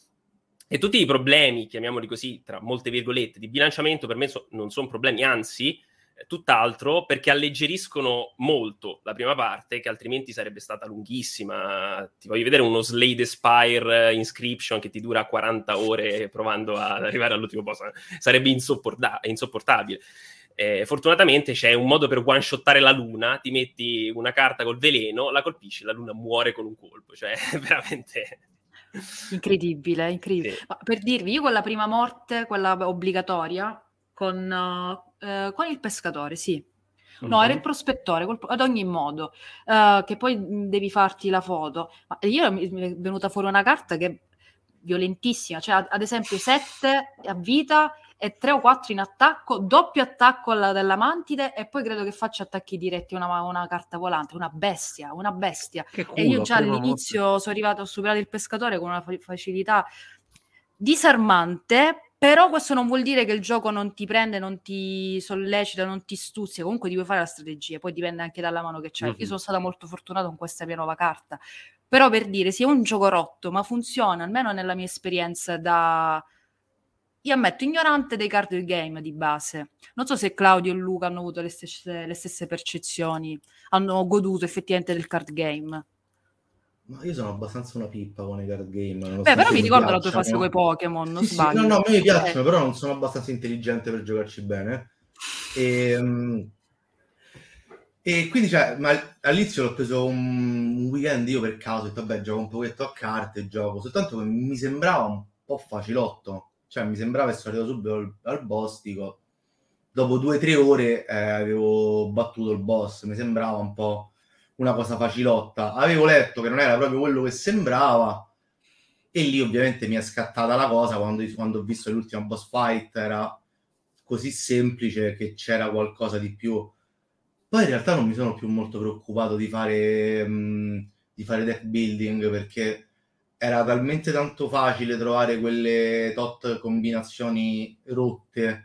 E tutti i problemi, chiamiamoli così, tra molte virgolette, di bilanciamento per me so- non sono problemi, anzi, eh, tutt'altro, perché alleggeriscono molto la prima parte, che altrimenti sarebbe stata lunghissima. Ti voglio vedere uno Slay the Spire Inscription che ti dura quaranta ore provando ad arrivare all'ultimo boss. Sarebbe insopporta- insopportabile. Eh, fortunatamente c'è un modo per one-shottare la luna, ti metti una carta col veleno, la colpisci, la luna muore con un colpo. Cioè, veramente... Incredibile, incredibile. Sì. Ma per dirvi, io con la prima morte, quella obbligatoria, con, uh, uh, con il pescatore, sì. No, Mhm. era il prospettore, col- ad ogni modo, uh, che poi mh, devi farti la foto. Ma io mi mi è venuta fuori una carta che è violentissima, cioè ad, ad esempio sette a vita e tre o quattro in attacco, doppio attacco alla, della mantide, e poi credo che faccia attacchi diretti una, una carta volante, una bestia, una bestia. Che E io culo, già prima all'inizio sono arrivato, ho superato il pescatore con una fa- facilità disarmante, però questo non vuol dire che il gioco non ti prende, non ti sollecita, non ti stuzzica, comunque ti puoi fare la strategia, poi dipende anche dalla mano che c'hai. Mhm. Io sono stata molto fortunata con questa mia nuova carta, però per dire, sì, è un gioco rotto, ma funziona, almeno nella mia esperienza da... Io ammetto, ignorante dei card game di base. Non so se Claudio e Luca hanno avuto le stesse, le stesse percezioni, hanno goduto effettivamente del card game. Ma io sono abbastanza una pippa con i card game. Beh, nonostante però mi mi ricordo la tua piacciono. fase con i Pokémon, non Sì, sì, sbaglio. no, no, a me mi piacciono, Eh. però non sono abbastanza intelligente per giocarci bene. E, um, e quindi, cioè, ma all'inizio l'ho preso un, un weekend io per caso, ho detto, vabbè, gioco un pochetto a carte, gioco, soltanto che mi sembrava un po' facilotto. Cioè, mi sembrava essere arrivato subito al, al boss, dico, dopo due o tre ore eh, avevo battuto il boss, mi sembrava un po' una cosa facilotta. Avevo letto che non era proprio quello che sembrava, E lì ovviamente mi è scattata la cosa quando, quando ho visto l'ultima boss fight, era così semplice che c'era qualcosa di più. Poi in realtà non mi sono più molto preoccupato di fare, mh, di fare deck building, perché era talmente tanto facile trovare quelle tot combinazioni rotte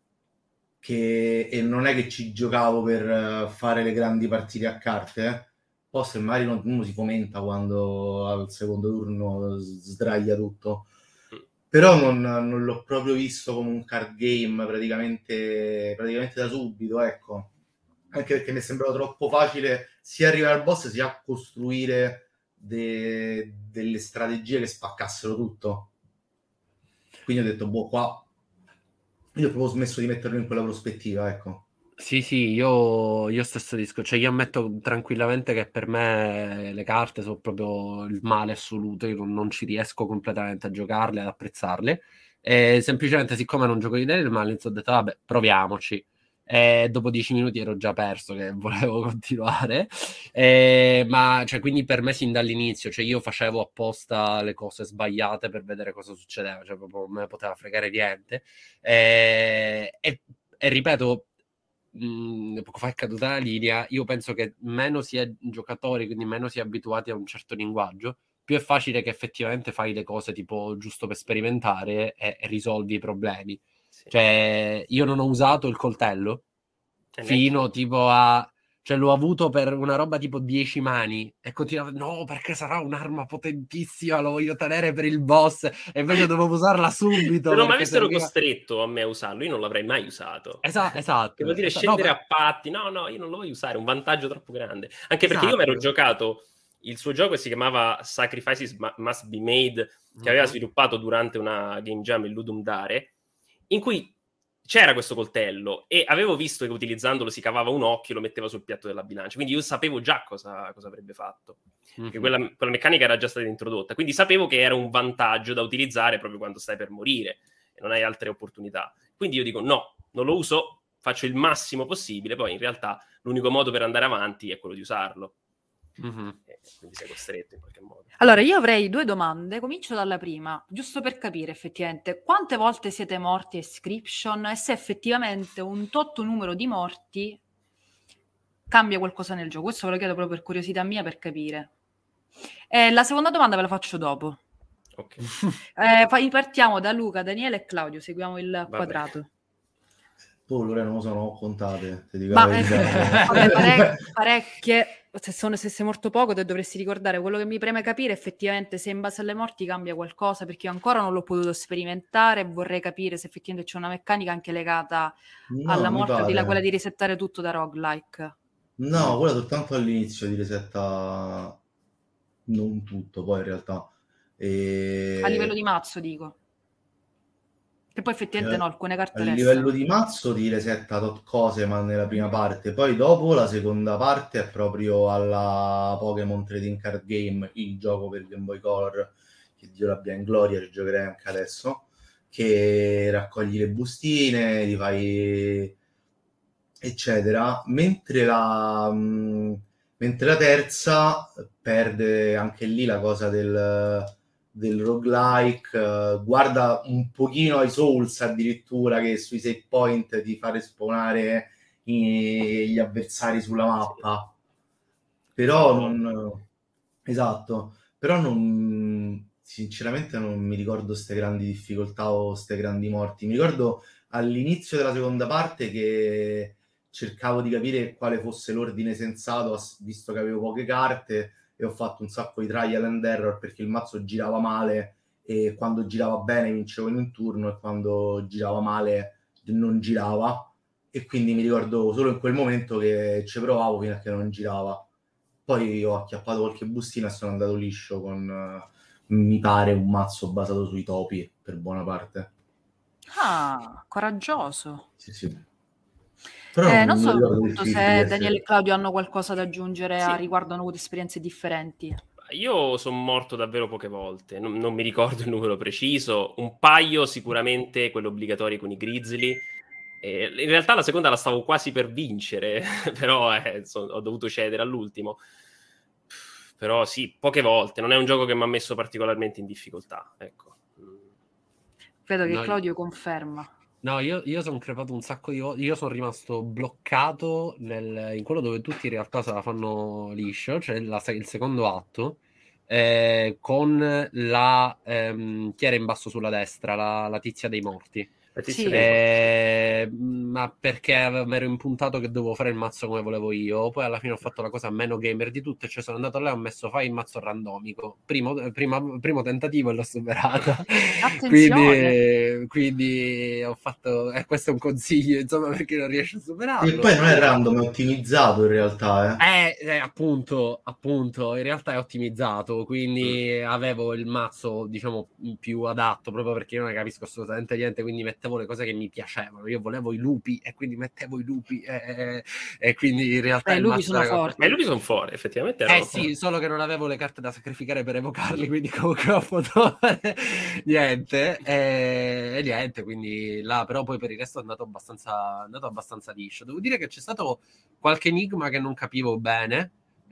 che e non è che ci giocavo per fare le grandi partite a carte, eh. Poi se magari uno, uno si fomenta quando al secondo turno sdraia tutto, però non, non l'ho proprio visto come un card game praticamente, praticamente da subito, ecco, anche perché mi è sembrato troppo facile sia arrivare al boss sia costruire de- delle strategie che spaccassero tutto. Quindi ho detto, boh, qua io ho proprio smesso di metterlo in quella prospettiva, ecco. Sì, sì, io, io stesso disco, cioè io ammetto tranquillamente che per me le carte sono proprio il male assoluto, io non, non ci riesco completamente a giocarle, ad apprezzarle, e semplicemente siccome non gioco di Daniel Mullins ho detto vabbè, proviamoci, e dopo dieci minuti ero già perso che volevo continuare, e, ma cioè, quindi per me sin dall'inizio, cioè io facevo apposta le cose sbagliate per vedere cosa succedeva, cioè proprio non me ne poteva fregare niente, e, e, e ripeto, mh, poco fa è caduta la linea, io penso che meno si è giocatori, quindi meno si è abituati a un certo linguaggio, più è facile che effettivamente fai le cose tipo giusto per sperimentare e, e risolvi i problemi. Sì. Cioè, io non ho usato il coltello E fino neanche- tipo a... Cioè, l'ho avuto per una roba tipo dieci mani e continuavo, no, perché sarà un'arma potentissima, lo voglio tenere per il boss, e invece dovevo usarla subito Se non mi perché avessero serviva... costretto a me a usarlo, io non l'avrei mai usato. Esa- esatto. Che vuol dire esa- scendere no, ma- a patti. No, no, io non lo voglio usare, è un vantaggio troppo grande. Anche perché io mi ero esatto. giocato il suo gioco che si chiamava Sacrifices Must Be Made, che aveva Mhm. sviluppato durante una game jam, il Ludum Dare, in cui c'era questo coltello e avevo visto che utilizzandolo si cavava un occhio e lo metteva sul piatto della bilancia, quindi io sapevo già cosa, cosa avrebbe fatto, perché Mhm. quella, quella meccanica era già stata introdotta, quindi sapevo che era un vantaggio da utilizzare proprio quando stai per morire e non hai altre opportunità. Quindi io dico no, non lo uso, faccio il massimo possibile, poi in realtà l'unico modo per andare avanti è quello di usarlo. Mhm. E quindi sei costretto in qualche modo. Allora, io avrei due domande. Comincio dalla prima, giusto per capire effettivamente quante volte siete morti a Inscription e se effettivamente un tot numero di morti cambia qualcosa nel gioco. Questo ve lo chiedo proprio per curiosità mia, per capire. E la seconda domanda ve la faccio dopo. Ok. Eh, fa- partiamo da Luca, Daniele e Claudio, seguiamo il Vabbè. quadrato. Poi Lorena non lo so, non ho contate, ti dico la Ma eh, verità. vabbè, parec- parecchie, se, sono, se sei morto poco te dovresti ricordare. Quello che mi preme capire effettivamente se in base alle morti cambia qualcosa, perché io ancora non l'ho potuto sperimentare e vorrei capire se effettivamente c'è una meccanica anche legata No, alla mi morte, al di là pare. quella di resettare tutto da roguelike. No, quella soltanto all'inizio di resetta non tutto, poi in realtà. E... A livello di mazzo dico. Che poi effettivamente Eh, no, alcune a carte livello restano. di mazzo ti resetta tot cose, ma nella prima parte. Poi dopo la seconda parte è proprio alla Pokémon Trading Card Game, il gioco per Game Boy Color, che Dio l'abbia in gloria, ci giocherei anche adesso, che raccogli le bustine, ti fai eccetera, mentre la, mh, mentre la terza perde anche lì la cosa del, del roguelike, eh, guarda un pochino ai Souls addirittura, che sui save point ti fa respawnare i- gli avversari sulla mappa, però non... Esatto, però non... sinceramente non mi ricordo queste grandi difficoltà o queste grandi morti. Mi ricordo all'inizio della seconda parte che cercavo di capire quale fosse l'ordine sensato, ass- visto che avevo poche carte, e ho fatto un sacco di trial and error perché il mazzo girava male e quando girava bene vincevo in un turno e quando girava male non girava, e quindi mi ricordo solo in quel momento che ci provavo fino a che non girava. Poi ho acchiappato qualche bustina e sono andato liscio con, eh, mi pare, un mazzo basato sui topi per buona parte. Ah, coraggioso. Sì, sì. Però Eh, non, non non so ricordo appunto il feed di se Daniele essere... e Claudio hanno qualcosa da aggiungere a Sì. riguardo, hanno avuto esperienze differenti. Io sono morto davvero poche volte, non, non mi ricordo il numero preciso, un paio sicuramente, quello obbligatorio con i Grizzly. E in realtà la seconda la stavo quasi per vincere, però eh, so- ho dovuto cedere all'ultimo. però sì, poche volte. Non è un gioco che mi ha messo particolarmente in difficoltà, ecco. Vedo che No, Claudio conferma. No, io, io sono crepato un sacco di volte. Io sono rimasto bloccato nel, in quello dove tutti in realtà se la fanno liscio, cioè la- il secondo atto, eh, con la ehm, chi era in basso sulla destra, la, la tizia dei morti. La tizia Sì. dei morti. Eh, ma perché mi ero impuntato che dovevo fare il mazzo come volevo io. Poi alla fine ho fatto la cosa meno gamer di tutte, cioè sono andato là e ho messo fai il mazzo randomico. Primo, prima- primo tentativo e l'ho superata. Attenzione. quindi, quindi ho fatto. E eh, questo è un consiglio, insomma, perché non riesce a superarlo. E poi non è random, è ottimizzato in realtà, eh. Eh, eh, appunto, appunto, in realtà è ottimizzato, quindi mm. avevo il mazzo, diciamo, più adatto, proprio perché io non capisco assolutamente niente, quindi mettevo le cose che mi piacevano. Io volevo i lupi e quindi mettevo i lupi e, e, e quindi in realtà eh, il i lupi mazzo sono era... forti. Ma i lupi sono forti, effettivamente. Eh sì, forti. Solo che non avevo le carte da sacrificare per evocarli, quindi comunque ho potuto fare niente e, e niente, quindi là, però poi per il resto è andato abbastanza, è andato abbastanza liscio. Devo dire che c'è stato qualche enigma che non capivo bene,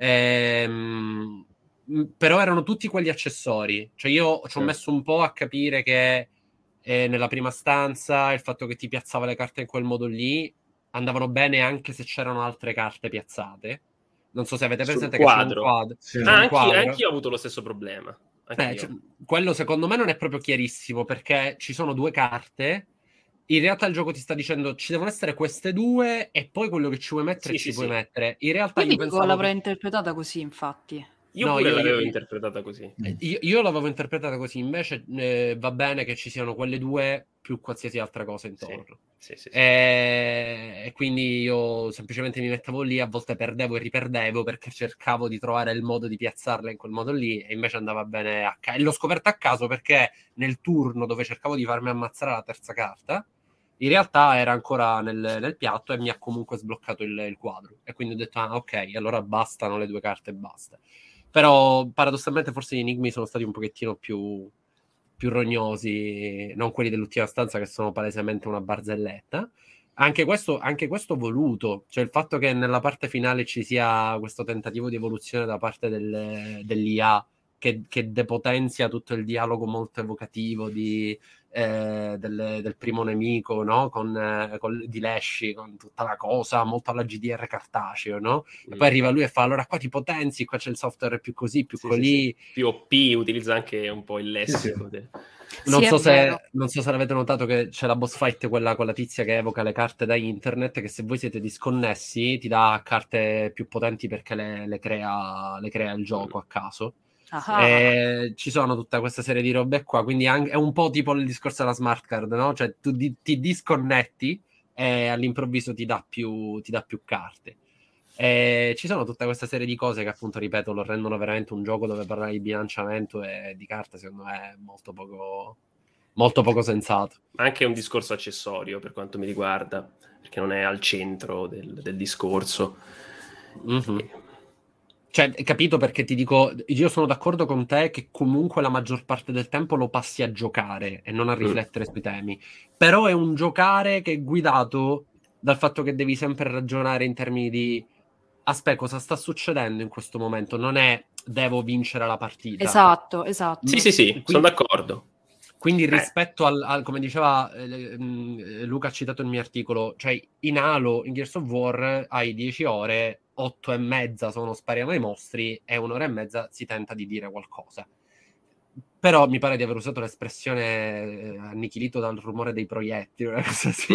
ehm, però erano tutti quegli accessori, cioè io ci ho sì. messo un po' a capire che eh, nella prima stanza il fatto che ti piazzava le carte in quel modo lì andavano bene anche se c'erano altre carte piazzate. Non so se avete presente che c'è un quadro. Sì. Ah, un quadro. Anch'io ho avuto lo stesso problema. Eh, cioè, quello secondo me non è proprio chiarissimo, perché ci sono due carte. In realtà il gioco ti sta dicendo ci devono essere queste due e poi quello che ci vuoi mettere sì, ci sì, puoi sì. mettere. In realtà io, io pensavo l'avrei che... interpretata così, infatti. Io no, pure io, l'avevo io, interpretata così. Io, io l'avevo interpretata così, invece eh, va bene che ci siano quelle due più qualsiasi altra cosa intorno. Sì, sì, sì, sì. E, e quindi io semplicemente mi mettevo lì, a volte perdevo e riperdevo perché cercavo di trovare il modo di piazzarla in quel modo lì e invece andava bene a caso. E l'ho scoperto a caso perché nel turno dove cercavo di farmi ammazzare la terza carta, in realtà era ancora nel, nel piatto e mi ha comunque sbloccato il, il quadro. E quindi ho detto, ah ok, allora bastano le due carte e basta. Però paradossalmente forse gli enigmi sono stati un pochettino più, più rognosi, non quelli dell'ultima stanza che sono palesemente una barzelletta. Anche questo, anche questo voluto, cioè il fatto che nella parte finale ci sia questo tentativo di evoluzione da parte del, dell'I A che, che depotenzia tutto il dialogo molto evocativo di, eh, del, del primo nemico, no? Con, eh, con di Lesci, con tutta la cosa molto alla G D R cartaceo, no? E mm. poi arriva lui e fa allora qua ti potenzi, qua c'è il software più così, più sì, colì. Sì, sì. Più O P, utilizza anche un po' il lessico. Sì, sì. Non, sì, so se, non so se l'avete notato che c'è la boss fight, quella con la tizia che evoca le carte da internet, che se voi siete disconnessi ti dà carte più potenti perché le, le, crea, le crea il gioco a caso. E ci sono tutta questa serie di robe qua, quindi è un po' tipo il discorso della smart card, no? Cioè tu di, ti disconnetti e all'improvviso ti dà più, ti dà più carte. E ci sono tutta questa serie di cose che appunto, ripeto, lo rendono veramente un gioco dove parlare di bilanciamento e di carte secondo me è molto poco, molto poco sensato. Anche un discorso accessorio per quanto mi riguarda, perché non è al centro del, del discorso. Mm-hmm. E... Cioè, capito, perché ti dico, io sono d'accordo con te che comunque la maggior parte del tempo lo passi a giocare e non a riflettere mm. sui temi. Però è un giocare che è guidato dal fatto che devi sempre ragionare in termini di aspetta, cosa sta succedendo in questo momento? Non è devo vincere la partita. Esatto, esatto. Sì, sì, sì, quindi, sono d'accordo. Quindi rispetto eh. al, al, come diceva eh, Luca, ha citato il mio articolo, cioè in Halo, in Gears of War, hai dieci ore, otto e mezza sono spariamo ai mostri e un'ora e mezza si tenta di dire qualcosa. Però mi pare di aver usato l'espressione annichilito dal rumore dei proiettili, una cosa sì.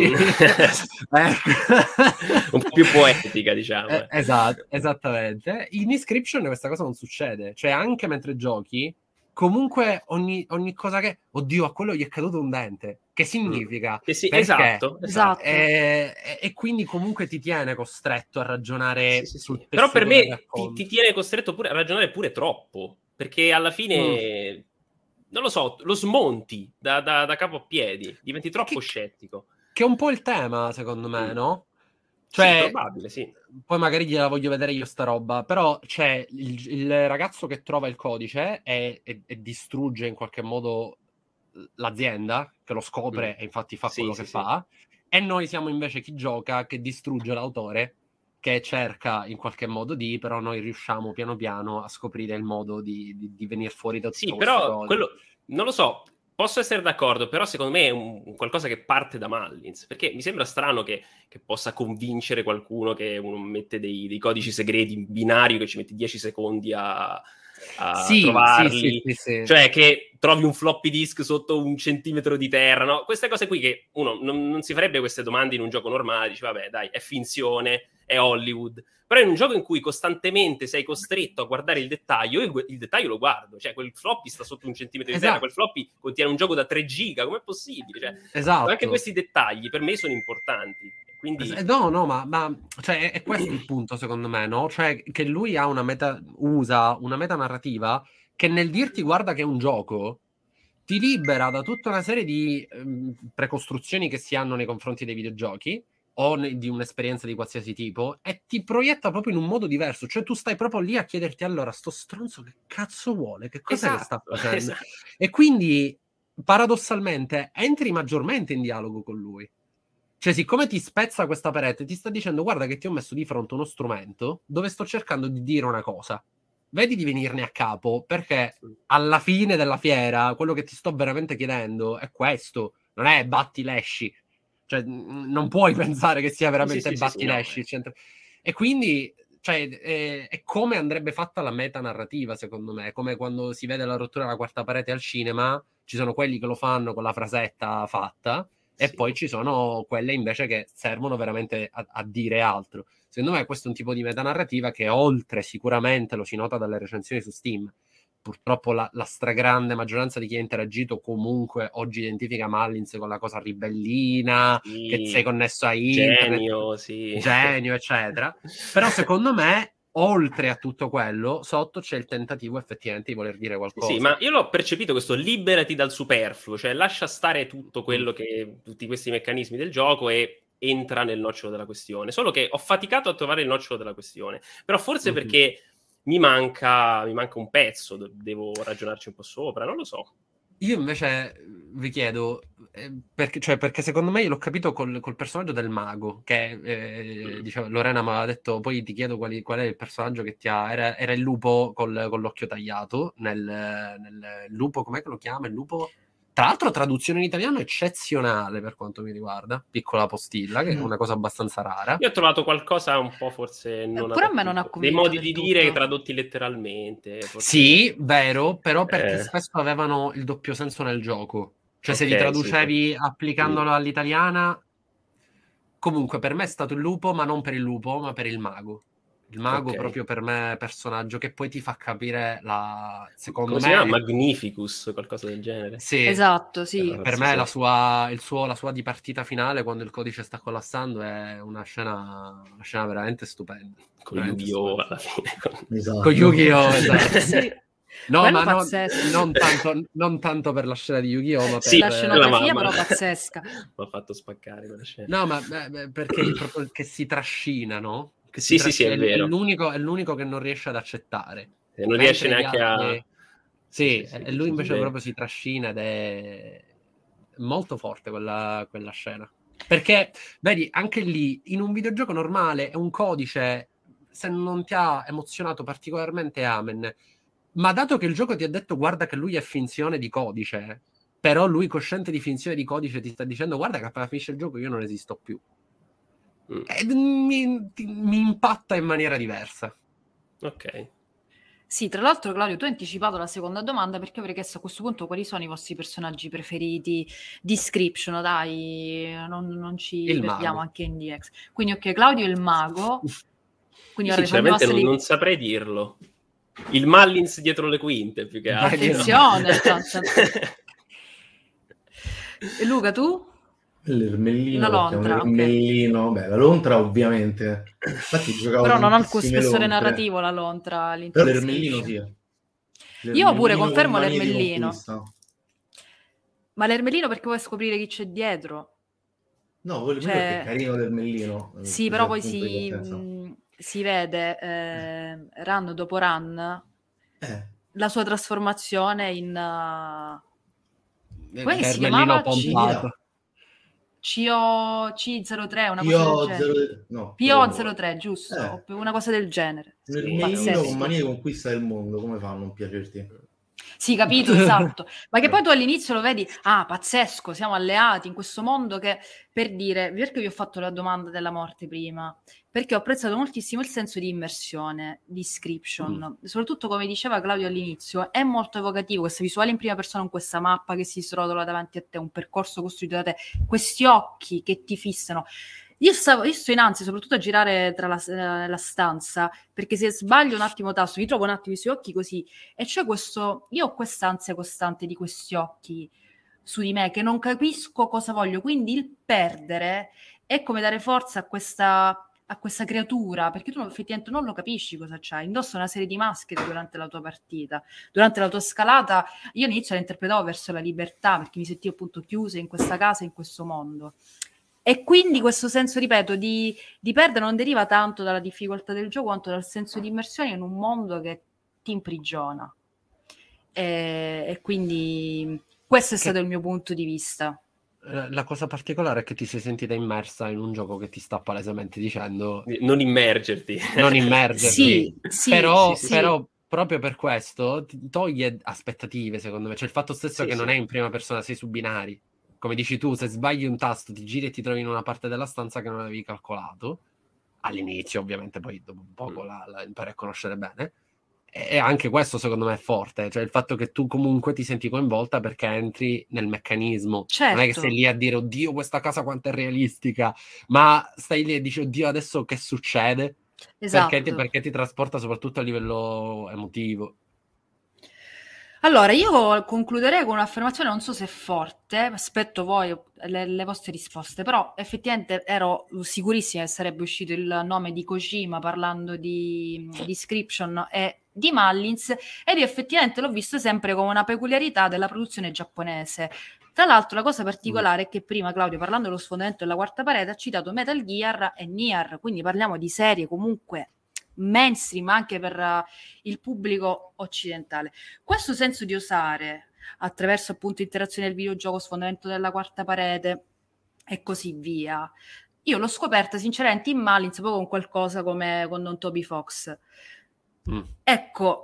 Un po' più poetica, diciamo. Eh, esatto, esattamente. In Inscription questa cosa non succede, cioè anche mentre giochi, comunque ogni, ogni cosa che... Oddio, a quello gli è caduto un dente. Che significa? Eh sì, perché? esatto, esatto. E, e quindi comunque ti tiene costretto a ragionare sì, sì, sul sì. Però per me ti, ti tiene costretto pure a ragionare pure troppo, perché alla fine... Mm. Non lo so, lo smonti da, da, da capo a piedi, diventi troppo che, scettico. Che è un po' il tema, secondo me, mm. no? Cioè, sì, probabile, sì. Poi magari gliela voglio vedere io sta roba, però c'è il, il ragazzo che trova il codice e, e, e distrugge in qualche modo l'azienda, che lo scopre mm. e infatti fa sì, quello sì, che sì. fa, e noi siamo invece chi gioca che distrugge l'autore che cerca in qualche modo di, però noi riusciamo piano piano a scoprire il modo di, di, di venire fuori da tutto sì, questo. però quello, non lo so, posso essere d'accordo, però secondo me è un, un qualcosa che parte da Mullins, perché mi sembra strano che, che possa convincere qualcuno che uno mette dei, dei codici segreti in binario, che ci mette dieci secondi a... a sì, trovarli, sì, sì, sì, sì. Cioè che trovi un floppy disk sotto un centimetro di terra, no? Queste cose qui che uno non, non si farebbe queste domande in un gioco normale, dice vabbè dai, è finzione, è Hollywood, però in un gioco in cui costantemente sei costretto a guardare il dettaglio, io il dettaglio lo guardo, cioè quel floppy sta sotto un centimetro di esatto. terra, quel floppy contiene un gioco da tre giga, com'è possibile? Cioè, esatto. Anche questi dettagli per me sono importanti. Quindi... No, no, ma, ma cioè, è, è questo il punto, secondo me, no? Cioè, che lui ha una meta, usa una meta narrativa che nel dirti guarda che è un gioco, ti libera da tutta una serie di um, precostruzioni che si hanno nei confronti dei videogiochi o ne, di un'esperienza di qualsiasi tipo, e ti proietta proprio in un modo diverso. Cioè, tu stai proprio lì a chiederti, allora, sto stronzo che cazzo vuole? Che cosa esatto, che sta facendo? Esatto. E quindi, paradossalmente, entri maggiormente in dialogo con lui. Cioè, siccome ti spezza questa parete, ti sta dicendo guarda che ti ho messo di fronte uno strumento dove sto cercando di dire una cosa. Vedi di venirne a capo, perché alla fine della fiera quello che ti sto veramente chiedendo è questo, non è batti lesci. Cioè, non puoi pensare che sia veramente sì, sì, batti sì, lesci. sì, no, e quindi, cioè, è, è come andrebbe fatta la metanarrativa, secondo me. Come quando si vede la rottura della quarta parete al cinema, ci sono quelli che lo fanno con la frasetta fatta, e sì. Poi ci sono quelle invece che servono veramente a, a dire altro. Secondo me questo è un tipo di metanarrativa che oltre sicuramente lo si nota dalle recensioni su Steam. Purtroppo la, la stragrande maggioranza di chi ha interagito comunque oggi identifica Mullins con la cosa ribellina, sì, che sei connesso a internet, genio, sì. genio, eccetera. Però secondo me oltre a tutto quello, sotto c'è il tentativo effettivamente di voler dire qualcosa. Sì, ma io l'ho percepito questo liberati dal superfluo, cioè lascia stare tutto quello che, tutti questi meccanismi del gioco e entra nel nocciolo della questione. Solo che ho faticato a trovare il nocciolo della questione, però forse mm-hmm. perché mi manca, mi manca un pezzo, devo ragionarci un po' sopra, non lo so. Io invece vi chiedo, eh, perché, cioè, perché secondo me io l'ho capito col, col personaggio del mago, che eh, mm. diciamo, Lorena mi aveva detto, poi ti chiedo quali, qual è il personaggio che ti ha, era, era il lupo col, con l'occhio tagliato, nel, nel lupo, com'è che lo chiama? Il lupo... Tra l'altro traduzione in italiano eccezionale per quanto mi riguarda, piccola postilla, che è una cosa abbastanza rara. Io ho trovato qualcosa un po' forse non Pure a me non ha dei modi di tutto. Dire tradotti letteralmente. Forse... Sì, vero, però perché eh. spesso avevano il doppio senso nel gioco. Cioè okay, se li traducevi sì, applicandolo mm. all'italiana, comunque per me è stato il lupo, ma non per il lupo, ma per il mago. Il mago okay. proprio per me è personaggio che poi ti fa capire la... secondo Come me... si chiama? Magnificus, qualcosa del genere. Sì. Esatto, sì. Per sì, me sì. La, sua, il suo, la sua di partita finale, quando il codice sta collassando, è una scena, una scena veramente stupenda. Con Yu-Gi-Oh! Alla fine. Esatto. Con Yu-Gi-Oh! Esatto. Sì. No, Quello ma non, non, tanto, non tanto per la scena di Yu-Gi-Oh! Ma per sì, la scenografia però pazzesca. Mi ha fatto spaccare quella scena. No, ma beh, perché il proprio che si trascina, no? Che sì, si sì, sì, è, è, vero. È l'unico, è l'unico che non riesce ad accettare. E non riesce neanche altri... a... Sì, sì, sì, e lui invece sì, proprio si trascina ed è molto forte quella, quella scena. Perché, vedi, anche lì, in un videogioco normale, è un codice, se non ti ha emozionato particolarmente, amen. Ma dato che il gioco ti ha detto, guarda che lui è finzione di codice, però lui cosciente di finzione di codice ti sta dicendo, guarda che appena finisce il gioco io non esisto più. Mm. E mi, mi impatta in maniera diversa. Ok. Sì, tra l'altro Claudio, tu hai anticipato la seconda domanda perché avrei chiesto a questo punto quali sono i vostri personaggi preferiti di Scription, dai, non, non ci il perdiamo mago. Anche in D X. Quindi ok, Claudio è il mago. Quindi sinceramente non, non saprei dirlo. Il Mullins dietro le quinte, più che altro. Attenzione! E Luca, tu? L'ermellino, la lontra, l'ermellino, okay. Beh, la lontra ovviamente. Infatti giocavo però non ha il spessore lontre. narrativo la lontra. Però l'ermellino sì. L'ermellino Io pure confermo l'ermellino. Di Ma l'ermellino perché vuoi scoprire chi c'è dietro? No, voglio cioè... dire che è carino l'ermellino. Sì, però poi si, mh, si vede eh, run dopo run eh. la sua trasformazione in... Uh... Come si chiamava? Pompato. C O C zero tre, una P cosa O del zero genere. no, P O zero tre, giusto? Eh. Una cosa del genere. Un Sì, ermeino pazzesco. con mania di conquista del mondo, come fanno a non piacerti? Sì, capito, esatto. Ma che poi tu all'inizio lo vedi, ah, pazzesco, siamo alleati in questo mondo che, per dire, perché vi ho fatto la domanda della morte prima? Perché ho apprezzato moltissimo il senso di immersione di Inscription, mm. soprattutto come diceva Claudio all'inizio, è molto evocativo, questa visuale in prima persona con questa mappa che si srotola davanti a te, un percorso costruito da te, questi occhi che ti fissano. Io, stavo, io sto in ansia soprattutto a girare tra la, eh, la stanza, perché se sbaglio un attimo tasto mi trovo un attimo i suoi occhi così, e c'è questo, io ho questa ansia costante di questi occhi su di me che non capisco cosa voglio, quindi il perdere è come dare forza a questa, a questa creatura, perché tu effettivamente non lo capisci cosa c'hai, indossa una serie di maschere durante la tua partita, durante la tua scalata. Io all'inizio la interpretavo verso la libertà, perché mi sentivo appunto chiusa in questa casa, in questo mondo. E quindi questo senso, ripeto, di, di perdere non deriva tanto dalla difficoltà del gioco quanto dal senso di immersione in un mondo che ti imprigiona. E, e quindi questo è stato il mio punto di vista. La cosa particolare è che ti sei sentita immersa in un gioco che ti sta palesemente dicendo non immergerti. Non immergerti. Sì, sì, però, sì, sì. però proprio per questo ti toglie aspettative, secondo me. Cioè il fatto stesso Sì, che sì. non è in prima persona, sei su binari. Come dici tu, se sbagli un tasto ti giri e ti trovi in una parte della stanza che non avevi calcolato all'inizio, ovviamente poi dopo un poco la, la impari a conoscere bene, e anche questo secondo me è forte, cioè il fatto che tu comunque ti senti coinvolta perché entri nel meccanismo. Certo. Non è che stai lì a dire oddio questa casa quanto è realistica, ma stai lì e dici oddio adesso che succede. Esatto. Perché ti, perché ti trasporta soprattutto a livello emotivo. Allora, io concluderei con un'affermazione, non so se è forte, aspetto voi le, le vostre risposte, però effettivamente ero sicurissima che sarebbe uscito il nome di Kojima parlando di, di Inscription e di Mullins, ed io effettivamente l'ho visto sempre come una peculiarità della produzione giapponese. Tra l'altro la cosa particolare è che prima Claudio, parlando dello sfondamento della quarta parete, ha citato Metal Gear e Nier, quindi parliamo di serie comunque mainstream anche per uh, il pubblico occidentale. Questo senso di osare attraverso appunto interazione del videogioco, sfondamento della quarta parete e così via, io l'ho scoperta sinceramente in Mullins proprio con qualcosa come con Don Toby Fox. Mm. Ecco,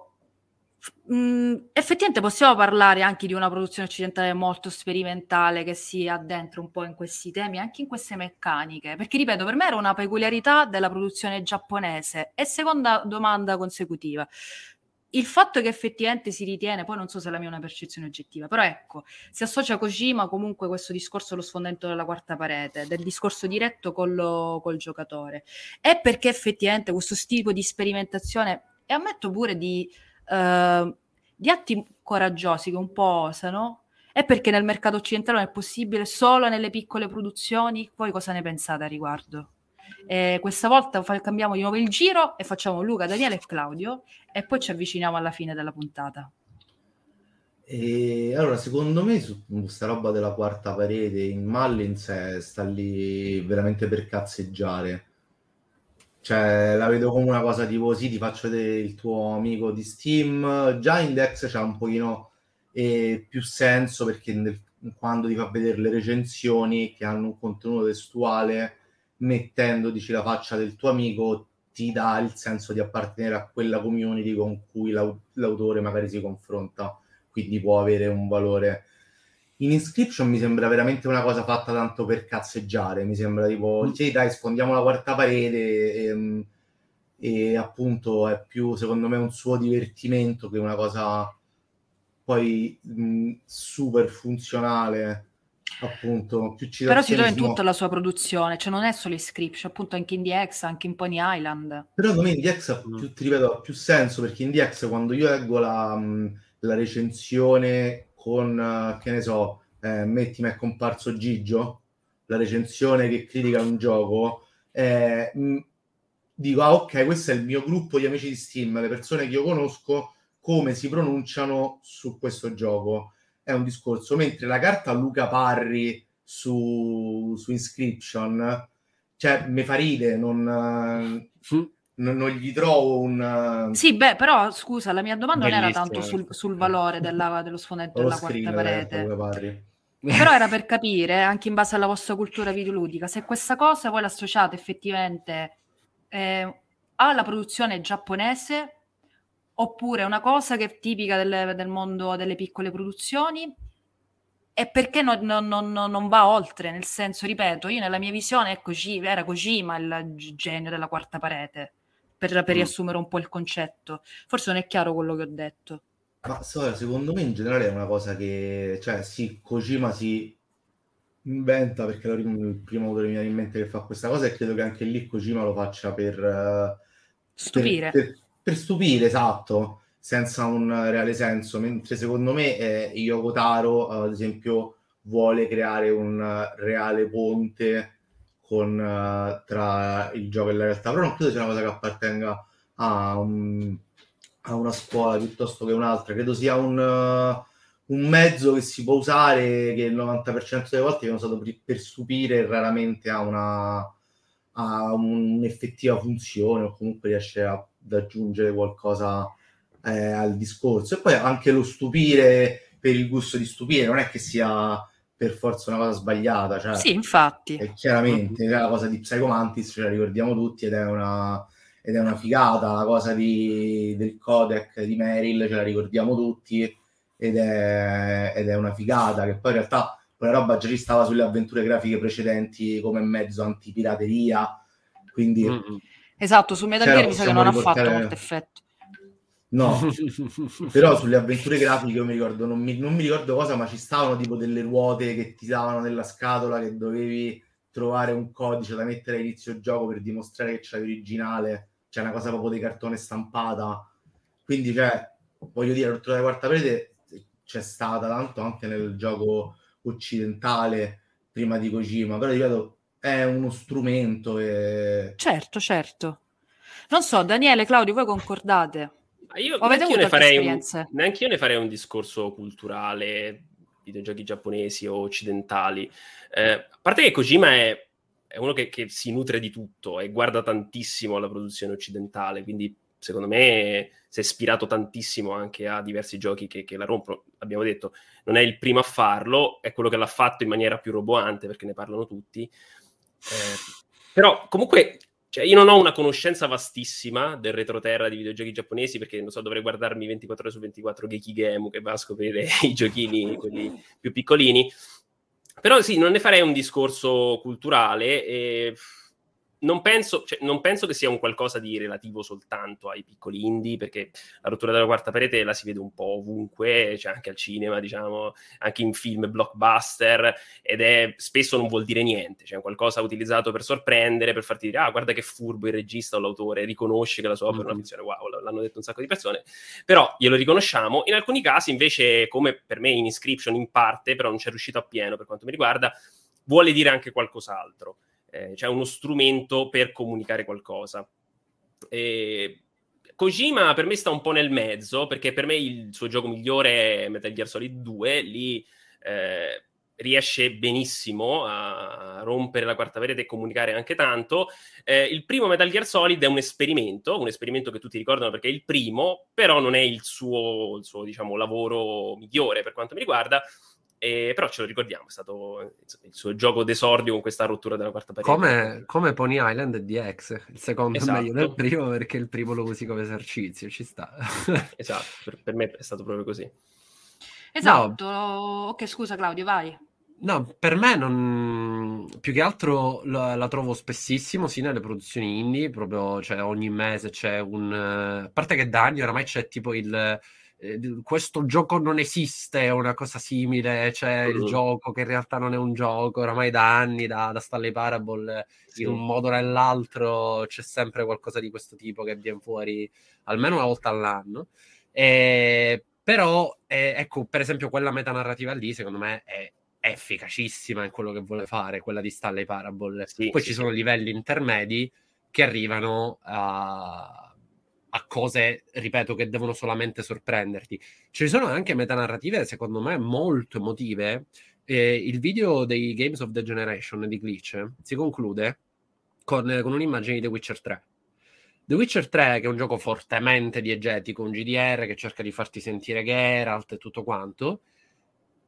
mh, effettivamente possiamo parlare anche di una produzione occidentale molto sperimentale che si addentra un po' in questi temi, anche in queste meccaniche, perché ripeto, per me era una peculiarità della produzione giapponese. E seconda domanda consecutiva, il fatto che effettivamente si ritiene, poi non so se la mia è una percezione oggettiva, però ecco, si associa a Kojima comunque questo discorso dello sfondamento della quarta parete, del discorso diretto con lo, col giocatore, è perché effettivamente questo tipo di sperimentazione, e ammetto pure di, uh, di atti coraggiosi che un po' osano, è perché nel mercato occidentale non è possibile, solo nelle piccole produzioni. Voi cosa ne pensate a riguardo? Eh, questa volta fa, cambiamo di nuovo il giro e facciamo Luca, Daniele e Claudio e poi ci avviciniamo alla fine della puntata. E allora secondo me su questa roba della quarta parete in Mullins è, sta lì veramente per cazzeggiare, cioè la vedo come una cosa tipo sì, ti faccio vedere il tuo amico di Steam. Già Index c'ha un pochino eh, più senso, perché nel, quando ti fa vedere le recensioni che hanno un contenuto testuale, mettendoci la faccia del tuo amico, ti dà il senso di appartenere a quella community con cui l'au- l'autore magari si confronta, quindi può avere un valore. In Inscription mi sembra veramente una cosa fatta tanto per cazzeggiare, mi sembra tipo, sì dai, sfondiamo la quarta parete, e, e appunto è più, secondo me, un suo divertimento che una cosa poi mh, super funzionale. Appunto, più però si trova in tutta la sua produzione, cioè non è solo Inscription, appunto anche in D X, anche in Pony Island. Però secondo me in D X ha più, ti ripeto, ha più senso, perché in D X quando io leggo la, la recensione con, che ne so, eh, mettimi è comparso Gigio, la recensione che critica un gioco, eh, mh, dico, ah ok, questo è il mio gruppo di amici di Steam, le persone che io conosco, come si pronunciano su questo gioco. È un discorso, mentre la carta Luca Parri su, su Inscription, cioè mi fa ride, non, non, non gli trovo un... Sì, beh, però scusa, la mia domanda Bellissima, non era tanto sul, sul valore della, dello sfondamento della quarta parete. Luca Parri. Però era per capire, anche in base alla vostra cultura videoludica, se questa cosa voi l'associate effettivamente eh, alla produzione giapponese, oppure è una cosa che è tipica del, del mondo delle piccole produzioni, e perché non, non, non, non va oltre, nel senso, ripeto, io nella mia visione è Kojima, era Kojima il genio della quarta parete, per, per Mm. riassumere un po' il concetto. Forse non è chiaro quello che ho detto. Ma so- secondo me in generale è una cosa che, cioè sì, Kojima si inventa perché lo- il primo autore che mi viene in mente che fa questa cosa, e credo che anche lì Kojima lo faccia per, eh, Stupire. per, per- per stupire, esatto, senza un reale senso, mentre secondo me eh, Yoko Taro, ad esempio, vuole creare un eh, reale ponte con, eh, tra il gioco e la realtà, però non credo sia una cosa che appartenga a, un- a una scuola piuttosto che un'altra, credo sia un, eh, un mezzo che si può usare, che il novanta per cento delle volte viene usato per, per stupire e raramente ha una ha un'effettiva funzione, o comunque riesce a, ad aggiungere qualcosa eh, al discorso. E poi anche lo stupire per il gusto di stupire non è che sia per forza una cosa sbagliata, cioè Sì, infatti. è chiaramente la cosa di Psycho Mantis ce la ricordiamo tutti, ed è una ed è una figata. La cosa di, del codec di Meryl ce la ricordiamo tutti, ed è, ed è una figata, che poi in realtà quella roba già ci stava sulle avventure grafiche precedenti come mezzo antipirateria, quindi Mm-mm. Esatto, su Metal cioè, Gear lo mi sa che possiamo non ha fatto riportare- molto effetto. no, però sulle avventure grafiche io mi ricordo, non mi, non mi ricordo cosa, ma ci stavano tipo delle ruote che ti davano nella scatola, che dovevi trovare un codice da mettere all'inizio gioco per dimostrare che c'è l'originale, c'è una cosa proprio di cartone stampata. Quindi, cioè, voglio dire, la rottura della quarta parete c'è stata tanto anche nel gioco occidentale prima di Kojima, però ripeto, è uno strumento e... Certo, certo. Non so, Daniele, Claudio, voi concordate? Ma Io, O avete neanche io avuto ne altre farei un, esperienze? neanche io ne farei un discorso culturale, videogiochi giapponesi o occidentali. Eh, a parte che Kojima è, è uno che, che si nutre di tutto e guarda tantissimo alla produzione occidentale, quindi secondo me si è ispirato tantissimo anche a diversi giochi che, che la rompono. Abbiamo detto, non è il primo a farlo, è quello che l'ha fatto in maniera più roboante, perché ne parlano tutti. Eh, però comunque... Cioè, io non ho una conoscenza vastissima del retroterra di videogiochi giapponesi, perché, non so, dovrei guardarmi ventiquattro ore su ventiquattro Gekigemu, che va a scoprire i giochini, quelli più piccolini. Però sì, non ne farei un discorso culturale e non penso, cioè, non penso che sia un qualcosa di relativo soltanto ai piccoli indie, perché la rottura della quarta parete la si vede un po' ovunque, cioè anche al cinema, diciamo, anche in film blockbuster, ed è spesso non vuol dire niente, cioè qualcosa utilizzato per sorprendere, per farti dire, ah, guarda che furbo il regista o l'autore, riconosce che la sua opera è una Mm-hmm. finzione, wow, l'hanno detto un sacco di persone, però glielo riconosciamo. In alcuni casi invece, come per me in Inscription in parte, però non c'è riuscito appieno per quanto mi riguarda, vuole dire anche qualcos'altro. Eh, c'è uno strumento per comunicare qualcosa. E Kojima per me sta un po' nel mezzo, perché per me il suo gioco migliore è Metal Gear Solid due, lì eh, riesce benissimo a rompere la quarta parete e comunicare anche tanto. Eh, il primo Metal Gear Solid è un esperimento, un esperimento che tutti ricordano perché è il primo, però non è il suo, il suo diciamo, lavoro migliore per quanto mi riguarda. Eh, però ce lo ricordiamo, è stato il suo gioco d'esordio con questa rottura della quarta parete. Come, come Pony Island e D X, il secondo Esatto. è meglio del primo perché il primo lo usi come esercizio, ci sta. Esatto, per, per me è stato proprio così. Esatto. Ok, scusa Claudio, vai. No, per me non... più che altro la, la trovo spessissimo, sì, nelle produzioni indie, proprio, cioè ogni mese c'è un... A parte che da anni oramai c'è tipo il... questo gioco non esiste, o una cosa simile, c'è Mm. il gioco che in realtà non è un gioco, oramai da anni, da, da Stanley Parable, Sì. in un modo o nell'altro c'è sempre qualcosa di questo tipo che viene fuori almeno una volta all'anno. E... Però, eh, ecco, per esempio quella metanarrativa lì, secondo me, è efficacissima in quello che vuole fare, quella di Stanley Parable. Sì, Poi sì, ci sì. sono livelli intermedi che arrivano a, a cose, ripeto, che devono solamente sorprenderti. Ci sono anche metanarrative, secondo me, molto emotive. Eh, il video dei Games of the Generation di Glitch si conclude con, con un'immagine di The Witcher tre. The Witcher tre, che è un gioco fortemente diegetico, un G D R che cerca di farti sentire Geralt e tutto quanto,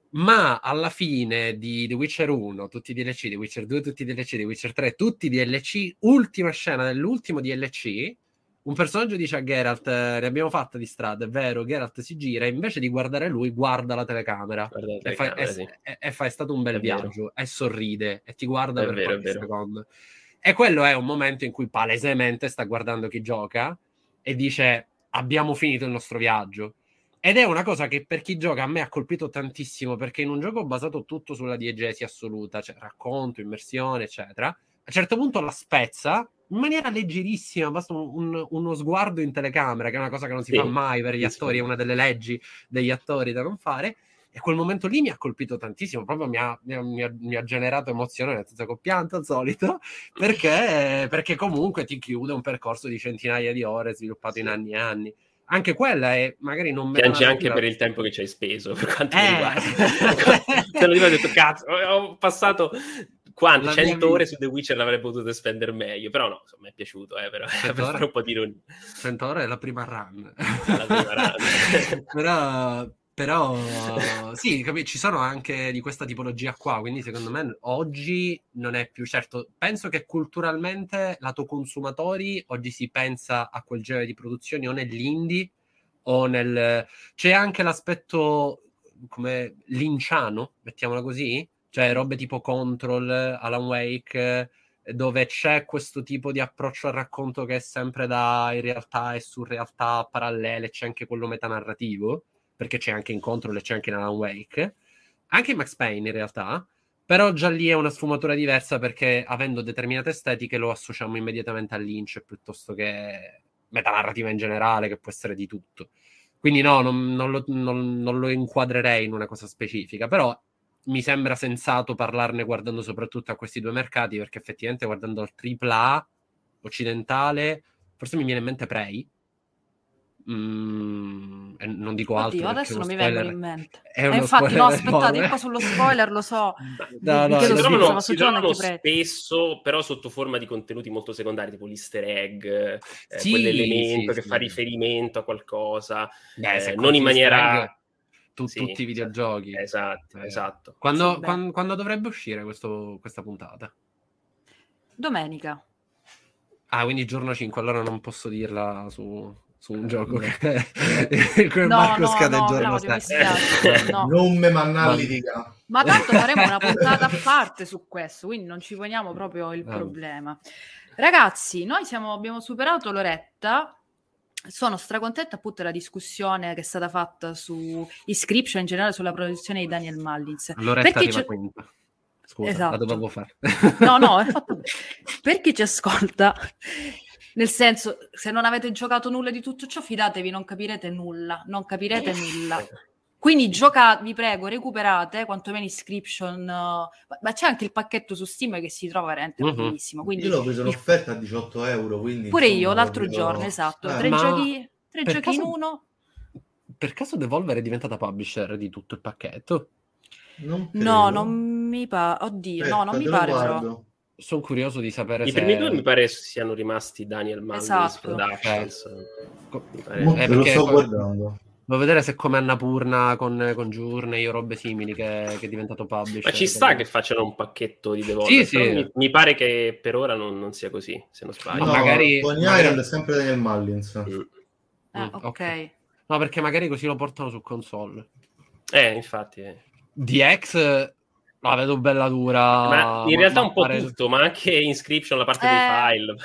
ma alla fine di The Witcher uno, tutti i D L C, The Witcher due, tutti i D L C, The Witcher tre, tutti i D L C, ultima scena dell'ultimo D L C, un personaggio dice a Geralt, eh, ne abbiamo fatta di strada, è vero, Geralt si gira, e invece di guardare lui, guarda la telecamera, Guarda la e, fa, telecamera, è, sì. è, è, fa, è stato un bel È vero. viaggio, e sorride, e ti guarda È per vero, è qualche vero. secondo. E quello è un momento in cui palesemente sta guardando chi gioca, e dice, abbiamo finito il nostro viaggio. Ed è una cosa che per chi gioca a me ha colpito tantissimo, perché in un gioco basato tutto sulla diegesi assoluta, cioè racconto, immersione, eccetera, a un certo punto la spezza in maniera leggerissima, basta un, uno sguardo in telecamera, che è una cosa che non si Sì, fa mai per gli sì, attori, sì. è una delle leggi degli attori da non fare, e quel momento lì mi ha colpito tantissimo, proprio mi ha, mi ha, mi ha, mi ha generato emozione, nel senso che ho pianto al solito, perché, perché comunque ti chiude un percorso di centinaia di ore sviluppato Sì. in anni e anni. Anche quella è magari non piangi metanarrativa. anche per il tempo che ci hai speso, per quanto Eh. mi riguarda. Se non ti ho detto, cazzo, ho passato quanto? La cento mia ore vita. su The Witcher l'avrei potuto spendere meglio, però no, insomma, mi è piaciuto, eh, però, per ore? fare un po' di ironia. cento ore è la prima run. La prima run. però, però sì, capi- ci sono anche di questa tipologia qua, quindi secondo me oggi non è più certo. Penso che culturalmente, lato consumatori, oggi si pensa a quel genere di produzioni o nell'indie o nel... C'è anche l'aspetto come linciano, mettiamola così, cioè robe tipo Control, Alan Wake, dove c'è questo tipo di approccio al racconto che è sempre da in realtà e surrealtà parallele, c'è anche quello metanarrativo, perché c'è anche in Control e c'è anche in Alan Wake, anche in Max Payne in realtà, però già lì è una sfumatura diversa, perché avendo determinate estetiche lo associamo immediatamente al Lynch piuttosto che metanarrativa in generale, che può essere di tutto. Quindi no, non, non, lo, non, non lo inquadrerei in una cosa specifica, però mi sembra sensato parlarne guardando soprattutto a questi due mercati, perché effettivamente guardando al tripla A occidentale, forse mi viene in mente Prey, mm, e non dico altro. Oddio, adesso non mi vengono in mente. È E uno infatti, spoiler no, aspettate, enorme. io qua sullo spoiler lo so. No, Vi no, chiedo no, si scusa, trovano, ma si su Giorno trovano ti prego. spesso, però sotto forma di contenuti molto secondari, tipo l'easter egg, eh, Sì, quell'elemento sì, che sì. fa riferimento a qualcosa, Beh, se eh, non conti in l'easter maniera... egg, tu, Sì, tutti i videogiochi. esatto, Eh, esatto. Quando, Sì, beh. quando, quando dovrebbe uscire questo, questa puntata? Domenica. Ah, quindi giorno cinque, allora non posso dirla su, su un gioco che quel No, Marco no, scade il no, giorno Claudio, mi stesso. spiace. No. Non me mannalli Ma- di ca. Ma tanto faremo una puntata a parte su questo, quindi non ci poniamo proprio il Ah. problema. Ragazzi, noi siamo, abbiamo superato l'oretta. Sono stracontenta appunto della discussione che è stata fatta su Inscription, in generale sulla produzione di Daniel Mullins. L'oretta Per chi arriva ci- quinta. Scusa, Esatto. la dovevo fare. No, no, è fatto bene. Per chi ci ascolta, nel senso, se non avete giocato nulla di tutto ciò, fidatevi, non capirete nulla, non capirete nulla. Quindi giocate, vi prego, recuperate quantomeno Inscription, uh, ma- ma c'è anche il pacchetto su Steam che si trova veramente Mhm. benissimo. Quindi Io l'ho preso in il- offerta a diciotto euro, quindi pure io insomma, l'altro proprio- giorno, esatto, Eh, tre ma giochi, tre per giochi in caso- uno. Per caso Devolver è diventata publisher di tutto il pacchetto? non No, credo. non mi pare, oddio, Aspetta, no, non mi te lo pare però. guardo. Sono curioso di sapere I se... primi due mi pare siano rimasti Daniel Mullins Esatto. Productions. Co- Mi pare. Mo Eh, te lo perché sto poi- guardando. Devo vedere se come Annapurna con, con Journey o robe simili che, che è diventato publisher. Ma ci sta che facciano un pacchetto di Devolver, Sì, sì. però Mi, mi pare che per ora non, non sia così, se non sbaglio. No, No, magari- Tony magari- Island è sempre Daniel Mullins. Mm. Eh, Mm, ok. ok. No, perché magari così lo portano su console. Eh, infatti. eh. D X la vedo bella dura. Ma in realtà un po' pare- tutto, ma anche Inscription, la parte Eh. dei file.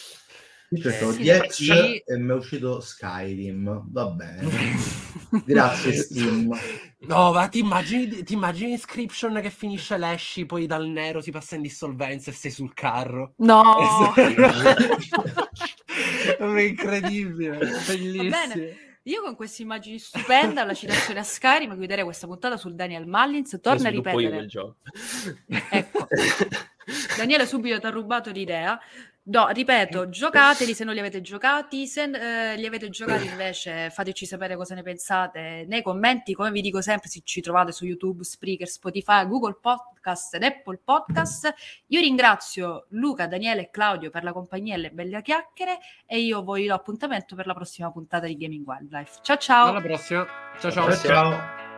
Io cerco sì, D X sì. e mi è uscito Skyrim. Va bene. Grazie Steam. No, ma ti immagini, ti immagini Inscription che finisce l'esci, poi dal nero si passa in dissolvenza e sei sul carro? No! È incredibile, bellissimo. Va bene. Io con queste immagini stupende, alla citazione a Skyrim, guiderei questa puntata sul Daniel Mullins. Lo Torna a sviluppo io quel ripetere. gioco. Ecco. Daniele subito ti ha rubato l'idea. No, ripeto, giocateli se non li avete giocati, se eh, li avete giocati invece fateci sapere cosa ne pensate nei commenti, come vi dico sempre, se ci trovate su YouTube, Spreaker, Spotify, Google Podcast ed Apple Podcast. Io ringrazio Luca, Daniele e Claudio per la compagnia e le belle chiacchiere e io vi do appuntamento per la prossima puntata di Gaming Wildlife. Ciao ciao! Alla prossima. Ciao ciao. Ciao ciao.